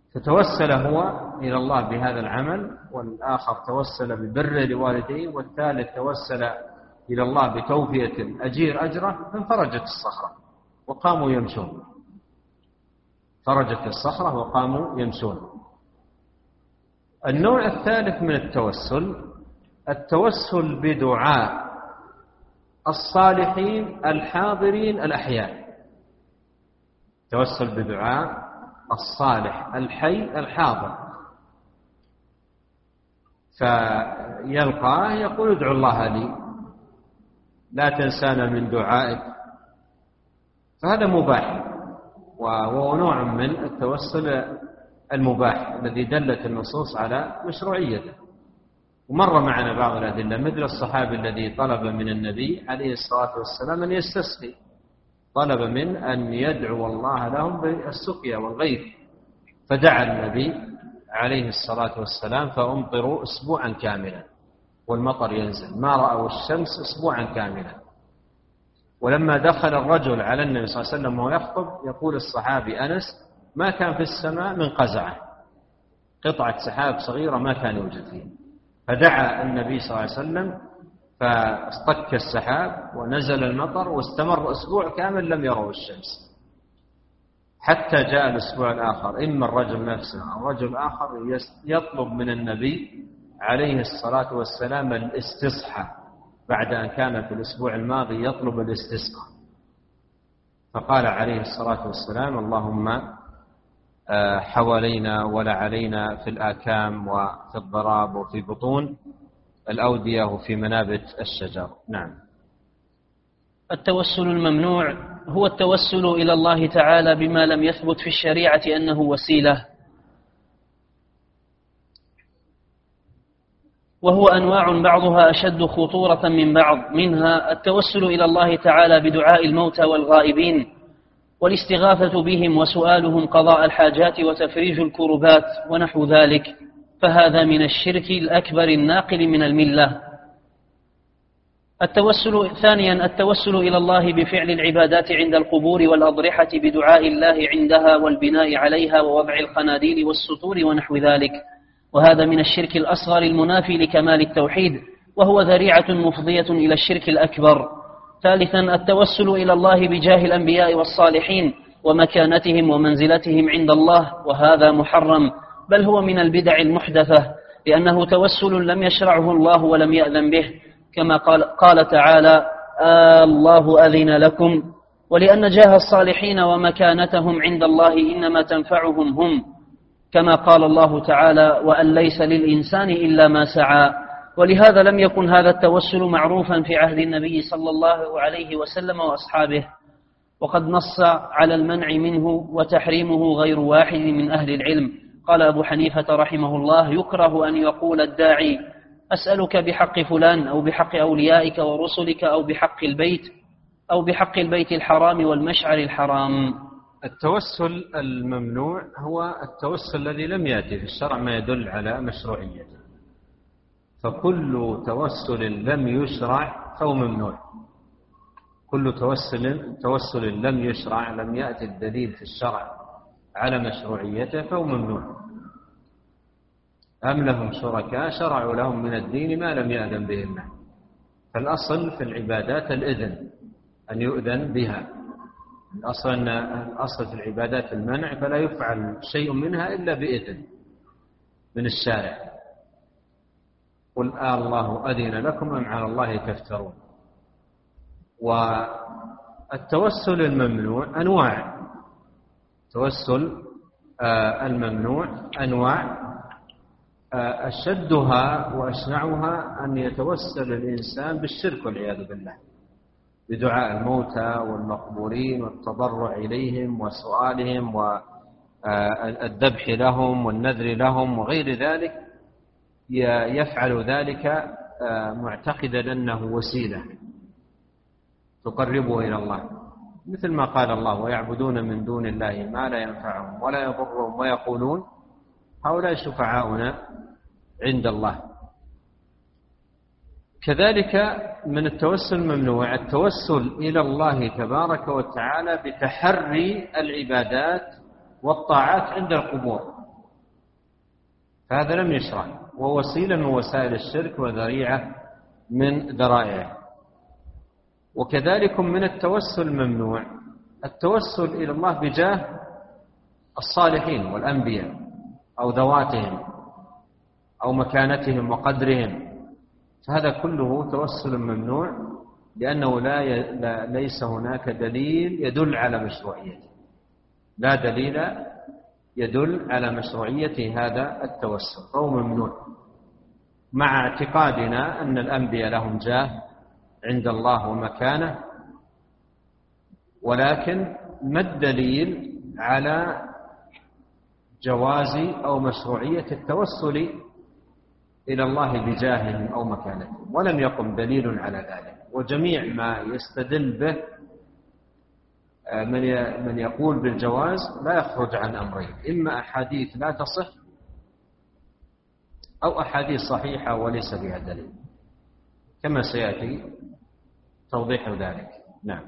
فتوسل هو إلى الله بهذا العمل، والآخر توسل ببر لوالديه، والثالث توسل إلى الله بتوفية الأجير أجره، فانفرجت الصخرة وقاموا يمشون. فرجت الصخرة وقاموا يمشون. النوع الثالث من التوسل التوسل بدعاء الصالحين الحاضرين الأحياء. توسل بدعاء الصالح الحي الحاضر، فيلقاه يقول ادعو الله لي لا تنسانا من دعائك، فهذا مباح، وهو نوع من التوسل المباح الذي دلت النصوص على مشروعيته. ومر معنا بعض الأدلة مثل الصحابي الذي طلب من النبي عليه الصلاة والسلام أن يستسقي، طلب من أن يدعو الله لهم بالسقيا والغيث، فدعا النبي عليه الصلاة والسلام فأمطروا أسبوعا كاملا، والمطر ينزل ما رأوا الشمس أسبوعا كاملا. ولما دخل الرجل على النبي صلى الله عليه وسلم وهو يخطب يقول الصحابي أنس ما كان في السماء من قزعة، قطعة سحاب صغيرة ما كان يوجد فيه، فدعا النبي صلى الله عليه وسلم فاصطك السحاب ونزل المطر، واستمر أسبوع كامل لم يروا الشمس، حتى جاء الأسبوع الآخر إما الرجل نفسه أو رجل آخر يطلب من النبي عليه الصلاة والسلام الاستصحاء بعد أن كان في الأسبوع الماضي يطلب الاستسقاء، فقال عليه الصلاة والسلام اللهم حوالينا ولا علينا في الآكام وفي الضراب وفي بطون الأودية وفي منابت الشجر. نعم. التوسل الممنوع هو التوسل إلى الله تعالى بما لم يثبت في الشريعة أنه وسيلة، وهو أنواع بعضها أشد خطورة من بعض، منها التوسل إلى الله تعالى بدعاء الموتى والغائبين والاستغاثة بهم وسؤالهم قضاء الحاجات وتفريج الكربات ونحو ذلك، فهذا من الشرك الأكبر الناقل من الملة. التوسل ثانيا التوسل إلى الله بفعل العبادات عند القبور والأضرحة بدعاء الله عندها والبناء عليها ووضع القناديل والسطور ونحو ذلك، وهذا من الشرك الأصغر المنافي لكمال التوحيد، وهو ذريعة مفضية إلى الشرك الأكبر. ثالثا التوسل إلى الله بجاه الأنبياء والصالحين ومكانتهم ومنزلتهم عند الله، وهذا محرم، بل هو من البدع المحدثة، لأنه توسل لم يشرعه الله ولم يأذن به، كما قال, قال تعالى آه الله أذن لكم، ولأن جاه الصالحين ومكانتهم عند الله إنما تنفعهم هم، كما قال الله تعالى وأن ليس للإنسان إلا ما سعى. ولهذا لم يكن هذا التوسل معروفا في عهد النبي صلى الله عليه وسلم وأصحابه، وقد نص على المنع منه وتحريمه غير واحد من أهل العلم. قال أبو حنيفة رحمه الله يكره أن يقول الداعي أسألك بحق فلان أو بحق أوليائك ورسلك أو بحق البيت أو بحق البيت الحرام والمشعر الحرام. التوسل الممنوع هو التوسل الذي لم يأتي في الشرع ما يدل على مشروعيته، فكل توسل لم يشرع فهو ممنوع. كل توسل توسل لم يشرع لم يأتي الدليل في الشرع على مشروعيته فهو ممنوع. أم لهم شركاء شرعوا لهم من الدين ما لم يأذن به الله. فالأصل في العبادات الإذن، أن يؤذن بها. الأصل أن الأصل في العبادات المنع، فلا يفعل شيء منها إلا بإذن من الشارع. قل آه الله أذن لكم أم على الله تفترون. والتوسل الممنوع أنواع. التوسل الممنوع أنواع أشدها وأشنعها أن يتوسل الإنسان بالشرك والعياذ بالله، بدعاء الموتى والمقبورين والتضرع إليهم وسؤالهم والذبح لهم والنذر لهم وغير ذلك، يفعل ذلك معتقدا أنه وسيلة تقربه إلى الله، مثل ما قال الله ويعبدون من دون الله ما لا ينفعهم ولا يضرهم ويقولون هؤلاء شفعاؤنا عند الله. كذلك من التوسل الممنوع التوسل إلى الله تبارك وتعالى بتحري العبادات والطاعات عند القبور، فهذا لم يشرع، ووسيلة من وسائل الشرك وذريعة من ذرائعه. وكذلك من التوسل ممنوع التوسل إلى الله بجاه الصالحين والأنبياء أو ذواتهم أو مكانتهم وقدرهم، فهذا كله توسل ممنوع، لأنه لا ي... لا ليس هناك دليل يدل على مشروعيته، لا دليل يدل على مشروعية هذا التوسل، فهو ممنوع، مع اعتقادنا أن الأنبياء لهم جاه عند الله ومكانه، ولكن ما الدليل على جواز أو مشروعية التوسل إلى الله بجاههم أو مكانتهم؟ ولم يقم دليل على ذلك. وجميع ما يستدل به من يقول بالجواز لا يخرج عن أمرين: إما أحاديث لا تصح، أو أحاديث صحيحة وليس بها دليل، كما سيأتي توضيح ذلك. نعم.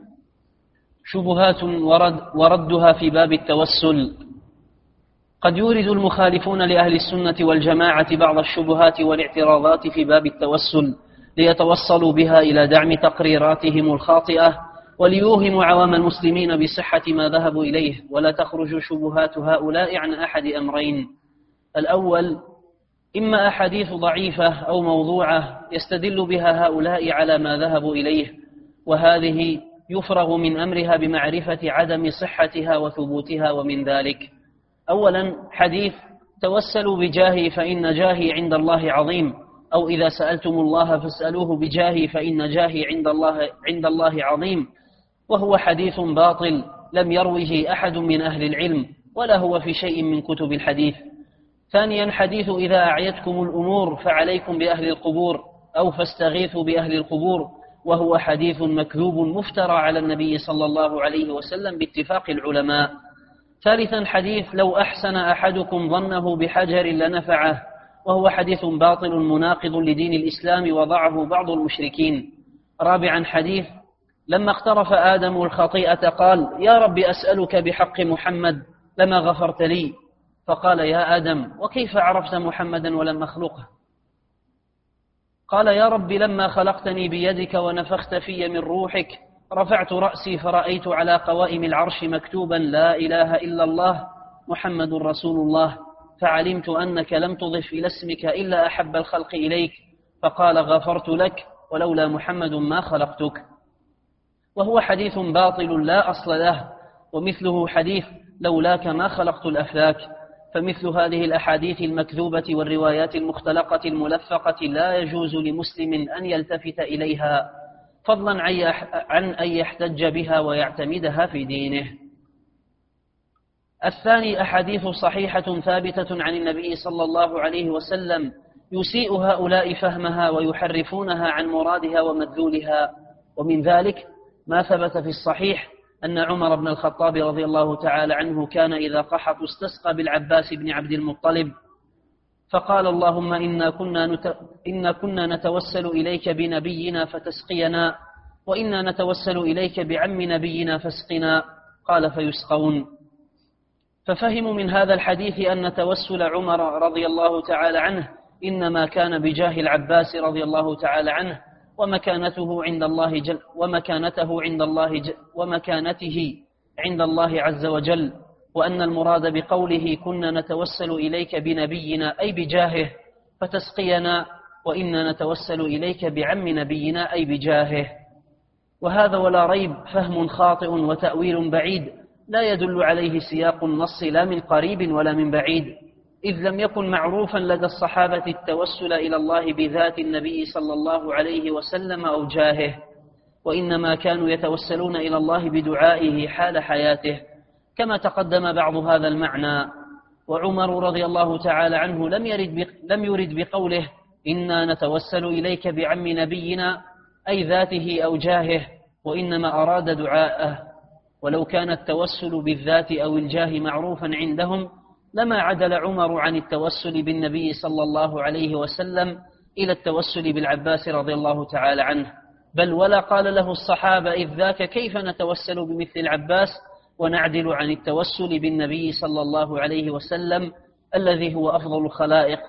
شبهات ورد وردها في باب التوسل. قد يورد المخالفون لأهل السنة والجماعة بعض الشبهات والاعتراضات في باب التوسل ليتوصلوا بها إلى دعم تقريراتهم الخاطئة وليوهموا عوام المسلمين بصحة ما ذهبوا إليه. ولا تخرج شبهات هؤلاء عن أحد أمرين: الأول، إما أحاديث ضعيفة أو موضوعة يستدل بها هؤلاء على ما ذهبوا إليه، وهذه يفرغ من أمرها بمعرفة عدم صحتها وثبوتها. ومن ذلك: أولا، حديث توسلوا بجاهي فإن جاهي عند الله عظيم، أو إذا سألتم الله فاسألوه بجاهي فإن جاهي عند الله, عند الله عظيم، وهو حديث باطل لم يروه أحد من أهل العلم ولا هو في شيء من كتب الحديث. ثانيا، حديث إذا أعيتكم الأمور فعليكم بأهل القبور أو فاستغيثوا بأهل القبور، وهو حديث مكذوب مفترى على النبي صلى الله عليه وسلم باتفاق العلماء. ثالثا، حديث لو أحسن أحدكم ظنه بحجر لنفعه، وهو حديث باطل مناقض لدين الإسلام وضعه بعض المشركين. رابعا، حديث لما اقترف آدم الخطيئة قال: يا رب أسألك بحق محمد لما غفرت لي، فقال: يا آدم وكيف عرفت محمدا ولم أخلقه؟ قال: يا رب لما خلقتني بيدك ونفخت في من روحك رفعت رأسي فرأيت على قوائم العرش مكتوبا لا إله إلا الله محمد رسول الله، فعلمت أنك لم تضف إلى اسمك إلا أحب الخلق إليك، فقال: غفرت لك ولولا محمد ما خلقتك. وهو حديث باطل لا أصل له. ومثله حديث لولاك ما خلقت الأفلاك. فمثل هذه الأحاديث المكذوبة والروايات المختلقة الملفقة لا يجوز لمسلم أن يلتفت إليها، فضلا عن أن يحتج بها ويعتمدها في دينه. الثاني، أحاديث صحيحة ثابتة عن النبي صلى الله عليه وسلم يسيء هؤلاء فهمها ويحرفونها عن مرادها ومدلولها. ومن ذلك ما ثبت في الصحيح أن عمر بن الخطاب رضي الله تعالى عنه كان إذا قحط استسقى بالعباس بن عبد المطلب فقال: اللهم إنا كنا, نت... إنا كنا نتوسل إليك بنبينا فتسقينا، وإنا نتوسل إليك بعم نبينا فاسقنا. قال: فيسقون. ففهموا من هذا الحديث أن توسل عمر رضي الله تعالى عنه إنما كان بجاه العباس رضي الله تعالى عنه، ومكانته عند الله جل ومكانته عند الله جل ومكانته عند الله عز وجل، وأن المراد بقوله كنا نتوسل إليك بنبينا أي بجاهه فتسقينا، وإنا نتوسل إليك بعم نبينا أي بجاهه. وهذا ولا ريب فهم خاطئ وتأويل بعيد لا يدل عليه سياق النص لا من قريب ولا من بعيد، إذ لم يكن معروفا لدى الصحابة التوسل إلى الله بذات النبي صلى الله عليه وسلم أو جاهه، وإنما كانوا يتوسلون إلى الله بدعائه حال حياته، كما تقدم بعض هذا المعنى. وعمر رضي الله تعالى عنه لم يرد لم يرد بقوله إنا نتوسل إليك بعم نبينا أي ذاته أو جاهه، وإنما أراد دعاءه. ولو كان التوسل بالذات أو الجاه معروفا عندهم لما عدل عمر عن التوسل بالنبي صلى الله عليه وسلم إلى التوسل بالعباس رضي الله تعالى عنه، بل ولا قال له الصحابة إذ ذاك كيف نتوسل بمثل العباس ونعدل عن التوسل بالنبي صلى الله عليه وسلم الذي هو أفضل الخلائق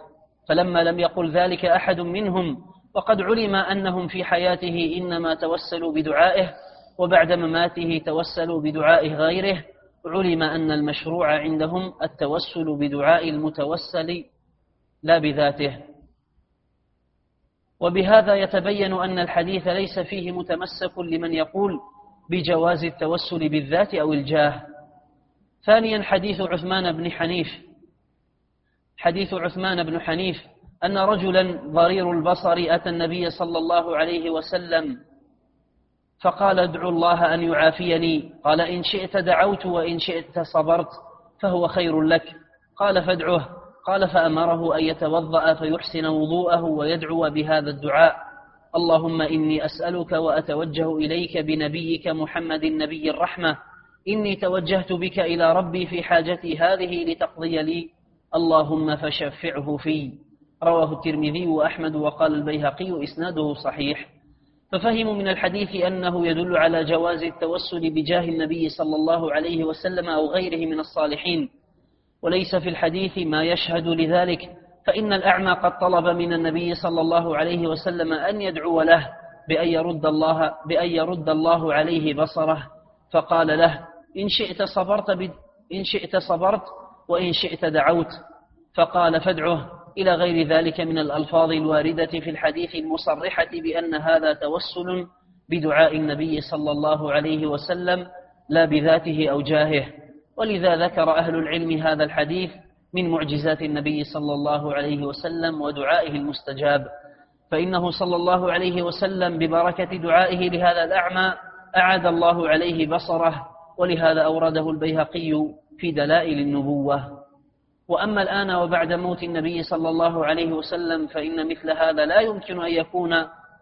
فلما لم يقل ذلك أحد منهم وقد علم أنهم في حياته إنما توسلوا بدعائه وبعد مماته توسلوا بدعاء غيره، علم أن المشروع عندهم التوسل بدعاء المتوسل لا بذاته. وبهذا يتبين أن الحديث ليس فيه متمسك لمن يقول بجواز التوسل بالذات أو الجاه. ثانيا حديث عثمان بن حنيف حديث عثمان بن حنيف أن رجلا ضرير البصر أتى النبي صلى الله عليه وسلم فقال ادعو الله أن يعافيني، قال إن شئت دعوت وإن شئت صبرت فهو خير لك، قال فادعه، قال فأمره أن يتوضأ فيحسن وضوءه ويدعو بهذا الدعاء: اللهم إني أسألك وأتوجه إليك بنبيك محمد نبي الرحمة، إني توجهت بك إلى ربي في حاجتي هذه لتقضي لي، اللهم فشفعه في. رواه الترمذي وأحمد وقال البيهقي إسناده صحيح. ففهموا من الحديث أنه يدل على جواز التوسل بجاه النبي صلى الله عليه وسلم أو غيره من الصالحين، وليس في الحديث ما يشهد لذلك، فإن الأعمى قد طلب من النبي صلى الله عليه وسلم أن يدعو له بأن يرد الله, بأن يرد الله عليه بصره، فقال له إن شئت صبرت, إن شئت صبرت وإن شئت دعوت، فقال فادعه، إلى غير ذلك من الألفاظ الواردة في الحديث المصرحة بأن هذا توسل بدعاء النبي صلى الله عليه وسلم لا بذاته أو جاهه. ولذا ذكر أهل العلم هذا الحديث من معجزات النبي صلى الله عليه وسلم ودعائه المستجاب، فإنه صلى الله عليه وسلم ببركة دعائه لهذا الأعمى أعاد الله عليه بصره، ولهذا أورده البيهقي في دلائل النبوة. وأما الآن وبعد موت النبي صلى الله عليه وسلم فإن مثل هذا لا يمكن أن يكون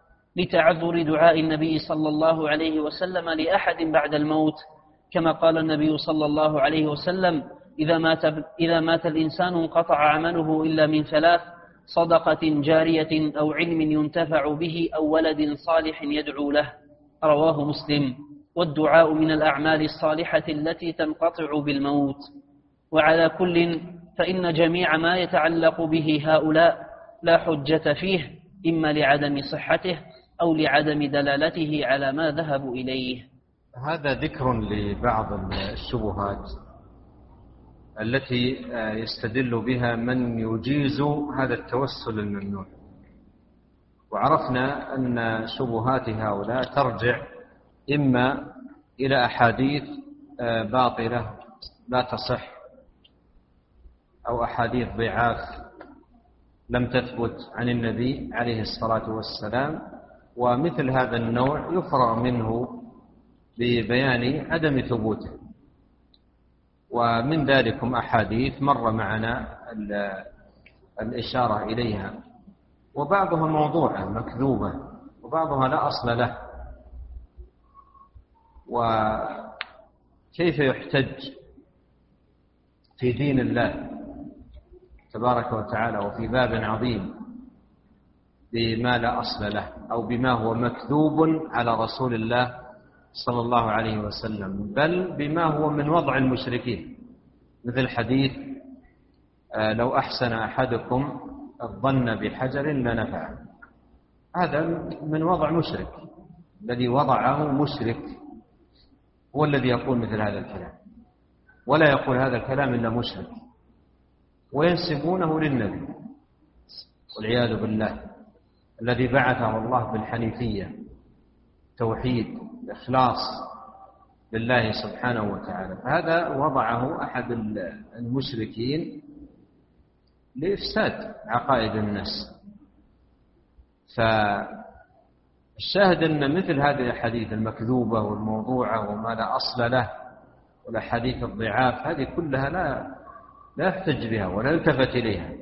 لتعذر دعاء النبي صلى الله عليه وسلم لأحد بعد الموت، كما قال النبي صلى الله عليه وسلم: إذا مات, إذا مات الإنسان انقطع عمله إلا من ثلاث: صدقة جارية أو علم ينتفع به أو ولد صالح يدعو له. رواه مسلم. والدعاء من الأعمال الصالحة التي تنقطع بالموت. وعلى كل فإن جميع ما يتعلق به هؤلاء لا حجة فيه، إما لعدم صحته أو لعدم دلالته على ما ذهبوا إليه. هذا ذكر لبعض الشبهات التي يستدل بها من يجيز هذا التوسل الممنوع، وعرفنا أن شبهات هؤلاء ترجع إما إلى أحاديث باطلة لا تصح أو أحاديث ضعاف لم تثبت عن النبي عليه الصلاة والسلام، ومثل هذا النوع يفرع منه ببيان عدم ثبوته. ومن ذلكم أحاديث مر معنا الإشارة إليها، وبعضها موضوعة مكذوبة وبعضها لا أصل له. وكيف يحتج في دين الله تبارك وتعالى وفي باب عظيم بما لا أصل له أو بما هو مكذوب على رسول الله صلى الله عليه وسلم، بل بما هو من وضع المشركين، مثل حديث لو أحسن أحدكم الظن بحجر لنفعه. هذا من وضع مشرك، الذي وضعه مشرك هو الذي يقول مثل هذا الكلام، ولا يقول هذا الكلام إلا مشرك، وينسبونه للنبي والعياذ بالله الذي بعثه الله بالحنيفية، توحيد، إخلاص لله سبحانه وتعالى. هذا وضعه أحد المشركين لإفساد عقائد الناس. فالشاهد أن مثل هذه الحديث المكذوبة والموضوعة وما لا أصل له والأحاديث الضعاف هذه كلها لا لا يحتج بها ولا يلتفت إليها.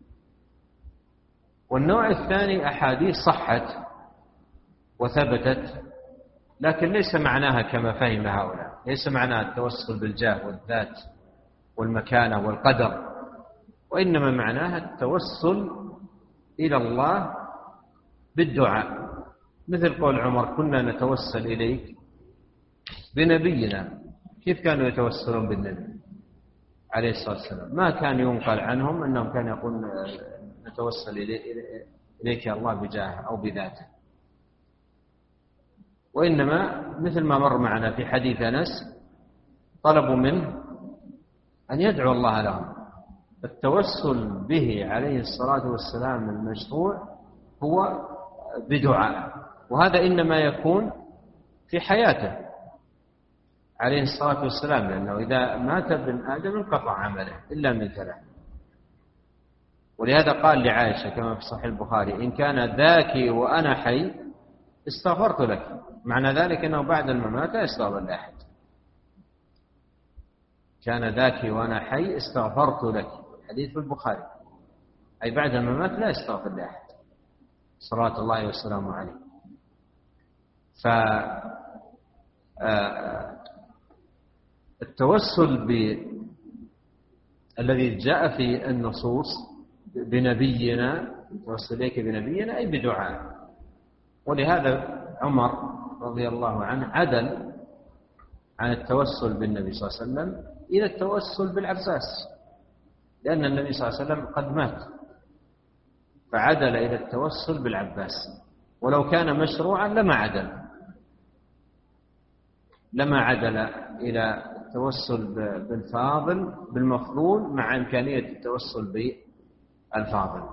والنوع الثاني أحاديث صحت وثبتت، لكن ليس معناها كما فهم هؤلاء، ليس معناها التوسل بالجاه والذات والمكانة والقدر، وإنما معناها التوسل إلى الله بالدعاء، مثل قول عمر: كنا نتوسل إليك بنبينا. كيف كانوا يتوسلون بالنبي عليه الصلاة والسلام؟ ما كان ينقل عنهم أنهم كانوا يقولون نتوسل إليك يا الله بجاهه أو بذاته، وإنما مثل ما مر معنا في حديث أنس طلبوا منه أن يدعو الله لهم. التوسل به عليه الصلاة والسلام المشروع هو بدعاء، وهذا إنما يكون في حياته عليه الصلاة والسلام، لأنه إذا مات ابن آدم انقطع عمله إلا من ثلاث. ولهذا قال لعائشة كما في صحيح البخاري: إن كان ذاك وأنا حي استغفرت لك. معنى ذلك أنه بعد الممات لا يستغفر لأحد. كان ذاك وأنا حي استغفرت لك، حديث في البخاري، أي بعد الممات لا يستغفر لأحد صلوات الله وسلامه عليه. ف التوسل الذي جاء في النصوص بنبينا، التوسل إليك بنبينا أي بدعاء. ولهذا عمر رضي الله عنه عدل عن التوسل بالنبي صلى الله عليه وسلم إلى التوسل بالعباس، لأن النبي صلى الله عليه وسلم قد مات، فعدل إلى التوسل بالعباس. ولو كان مشروعا لما عدل لما عدل إلى التوسل بالفاضل بالمفضول مع إمكانية التوسل بالفاضل.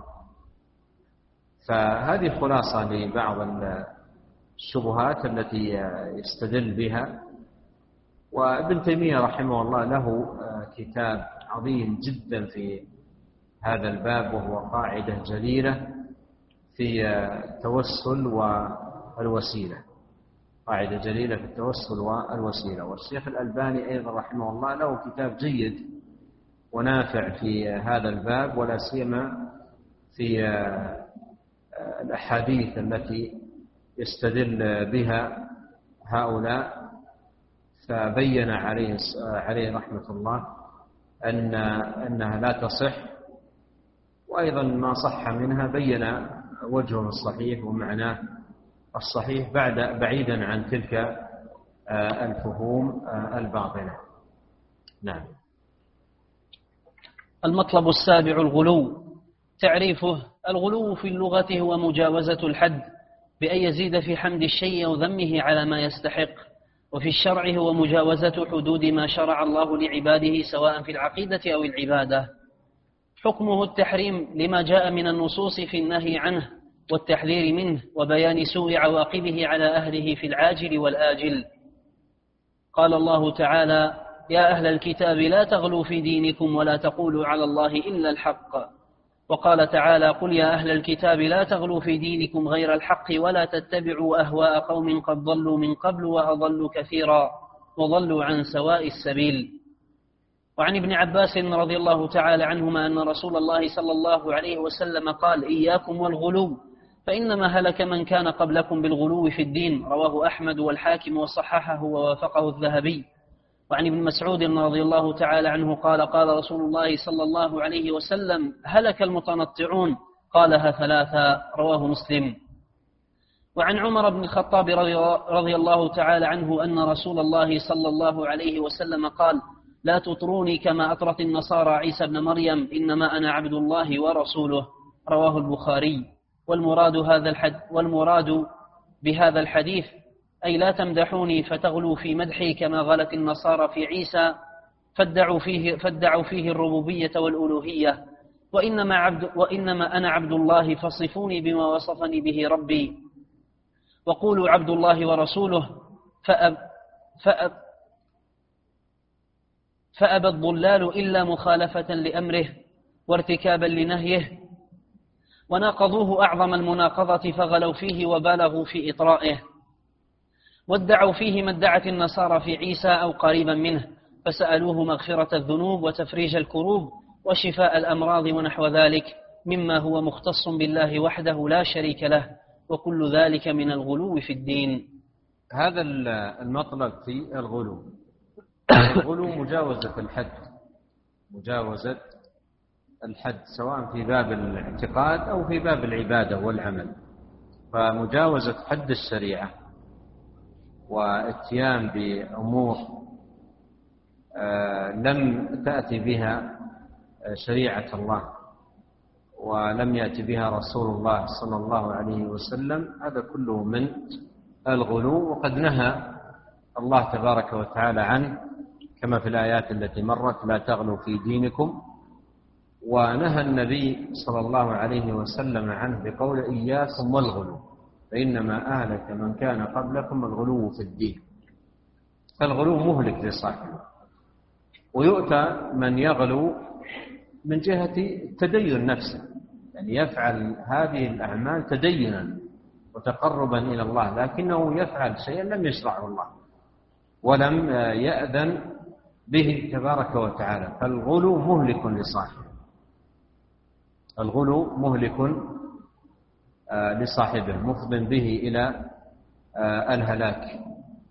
فهذه خلاصة لبعض الشبهات التي يستدل بها. وابن تيمية رحمه الله له كتاب عظيم جدا في هذا الباب، وهو قاعدة جليلة في التوسل والوسيلة، قاعدة جليلة في التوسل والوسيلة. والشيخ الألباني أيضا رحمه الله له كتاب جيد ونافع في هذا الباب، ولا سيما في الأحاديث التي يستدل بها هؤلاء. فبين عليه عليه رحمة الله أن أنها لا تصح، وأيضا ما صح منها بين وجهه الصحيح ومعناه الصحيح بعد بعيدا عن تلك الفهوم الباطلة. نعم. المطلب السابع الغلو. تعريفه: الغلو في اللغة هو مجاوزة الحد بأن يزيد في حمد الشيء أو ذمه على ما يستحق. وفي الشرع هو مجاوزة حدود ما شرع الله لعباده سواء في العقيدة أو العبادة. حكمه التحريم لما جاء من النصوص في النهي عنه والتحذير منه وبيان سوء عواقبه على أهله في العاجل والآجل. قال الله تعالى: يا أهل الكتاب لا تغلوا في دينكم ولا تقولوا على الله إلا الحق. وقال تعالى: قل يا أهل الكتاب لا تغلوا في دينكم غير الحق ولا تتبعوا أهواء قوم قد ضلوا من قبل وأضلوا كثيرا وضلوا عن سواء السبيل. وعن ابن عباس رضي الله تعالى عنهما أن رسول الله صلى الله عليه وسلم قال: إياكم والغلو فإنما هلك من كان قبلكم بالغلو في الدين. رواه أحمد والحاكم وصححه ووافقه الذهبي. وعن ابن مسعود رضي الله تعالى عنه قال: قال رسول الله صلى الله عليه وسلم: هلك المتنطعون. قالها ثلاثا. رواه مسلم. وعن عمر بن الخطاب رضي الله تعالى عنه أن رسول الله صلى الله عليه وسلم قال: لا تطروني كما أطرت النصارى عيسى بن مريم، إنما أنا عبد الله ورسوله. رواه البخاري. والمراد هذا الحد والمراد بهذا الحديث أي لا تمدحوني فتغلوا في مدحي كما غلت النصارى في عيسى فادعوا فيه, فادعوا فيه الربوبية والألوهية. وإنما, عبد وإنما أنا عبد الله فصفوني بما وصفني به ربي. وقولوا عبد الله ورسوله فأب فأب فأبى الضلال إلا مخالفة لأمره وارتكابا لنهيه، وناقضوه أعظم المناقضة فغلوا فيه وبالغوا في إطرائه. وادعوا فيه ما ادعت النصارى في عيسى أو قريبا منه، فسألوه مغفرة الذنوب وتفريج الكروب وشفاء الأمراض ونحو ذلك مما هو مختص بالله وحده لا شريك له، وكل ذلك من الغلو في الدين. هذا المطلب في الغلو. الغلو مجاوزة الحد، مجاوزة الحد سواء في باب الاعتقاد أو في باب العبادة والعمل. فمجاوزة حد الشريعة واتيان بأمور لم تأتي بها شريعة الله ولم يأت بها رسول الله صلى الله عليه وسلم، هذا كله من الغلو، وقد نهى الله تبارك وتعالى عنه كما في الآيات التي مرت: لا تغلوا في دينكم. ونهى النبي صلى الله عليه وسلم عنه بقول: إياكم والغلو فإنما أهلك من كان قبلكم الغلو في الدين. فالغلو مهلك لصاحبه. ويؤتى من يغلو من جهة تدين نفسه، يعني يفعل هذه الأعمال تدينا وتقربا إلى الله، لكنه يفعل شيئا لم يشرعه الله ولم يأذن به تبارك وتعالى. فالغلو مهلك لصاحبه، الغلو مهلك لصاحبه مفض به إلى الهلاك.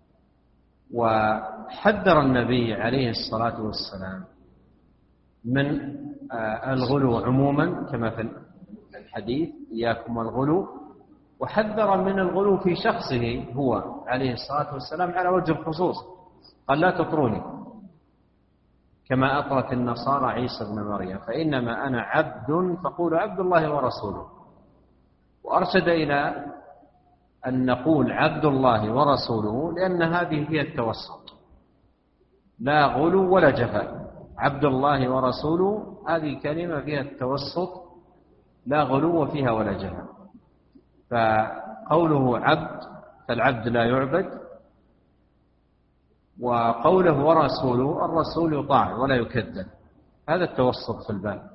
وحذر النبي عليه الصلاة والسلام من الغلو عموما كما في الحديث: إياكم والغلو. وحذر من الغلو في شخصه هو عليه الصلاة والسلام على وجه الخصوص، قال: لا تطروني كما أطرت النصارى عيسى ابن مريم، فإنما أنا عبد فقولوا عبد الله ورسوله. وأرشد إلى أن نقول عبد الله ورسوله لأن هذه هي التوسط، لا غلو ولا جفاء. عبد الله ورسوله هذه كلمة فيها التوسط، لا غلو فيها ولا جفاء. فقوله عبد فالعبد لا يعبد، وقوله ورسوله الرسول يطاع ولا يكذب، هذا التوسط في الباب.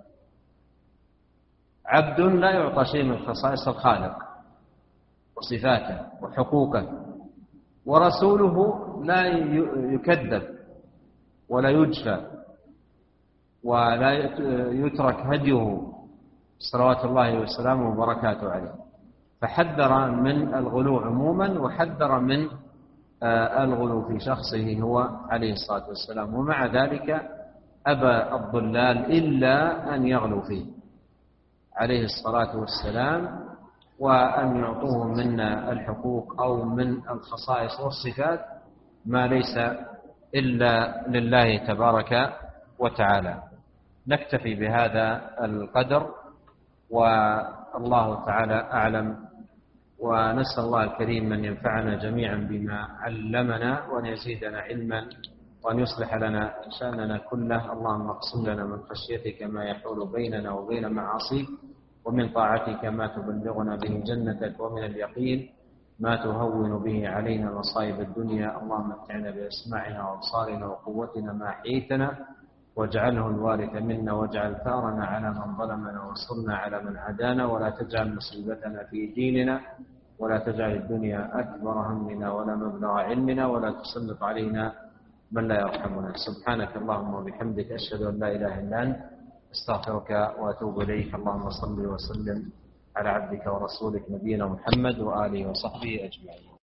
عبد لا يعطى شيء من خصائص الخالق وصفاته وحقوقه، ورسوله لا يكذب ولا يجفى ولا يترك هديه صلوات الله وسلامه وبركاته عليه. فحذر من الغلو عموما، وحذر من الغلو في شخصه هو عليه الصلاة والسلام. ومع ذلك أبى الضلال إلا أن يغلو فيه عليه الصلاة والسلام، وأن يعطوه من الحقوق أو من الخصائص والصفات ما ليس إلا لله تبارك وتعالى. نكتفي بهذا القدر، والله تعالى أعلم. ونسأل الله الكريم أن ينفعنا جميعا بما علمنا، وأن يزيدنا علما، وأن يصلح لنا شأننا كله. اللهم اقسم لنا من خشيتك ما يحول بيننا وبين معاصيك، ومن طاعتك ما تبلغنا به جنتك، ومن اليقين ما تهون به علينا مصائب الدنيا. اللهم متعنا بأسماعنا وأبصارنا وقوتنا ما أحييتنا، واجعله الوارث منا، واجعل ثارنا على من ظلمنا، وانصرنا على من عادانا، ولا تجعل مصيبتنا في ديننا، ولا تجعل الدنيا أكبر همنا ولا مبلغ علمنا، ولا تسلط علينا من لا يرحمنا. سبحانك اللهم وبحمدك، أشهد أن لا إله إلا أنت، استغفرك وأتوب إليك. اللهم صل وسلم على عبدك ورسولك نبينا محمد وآله وصحبه أجمعين.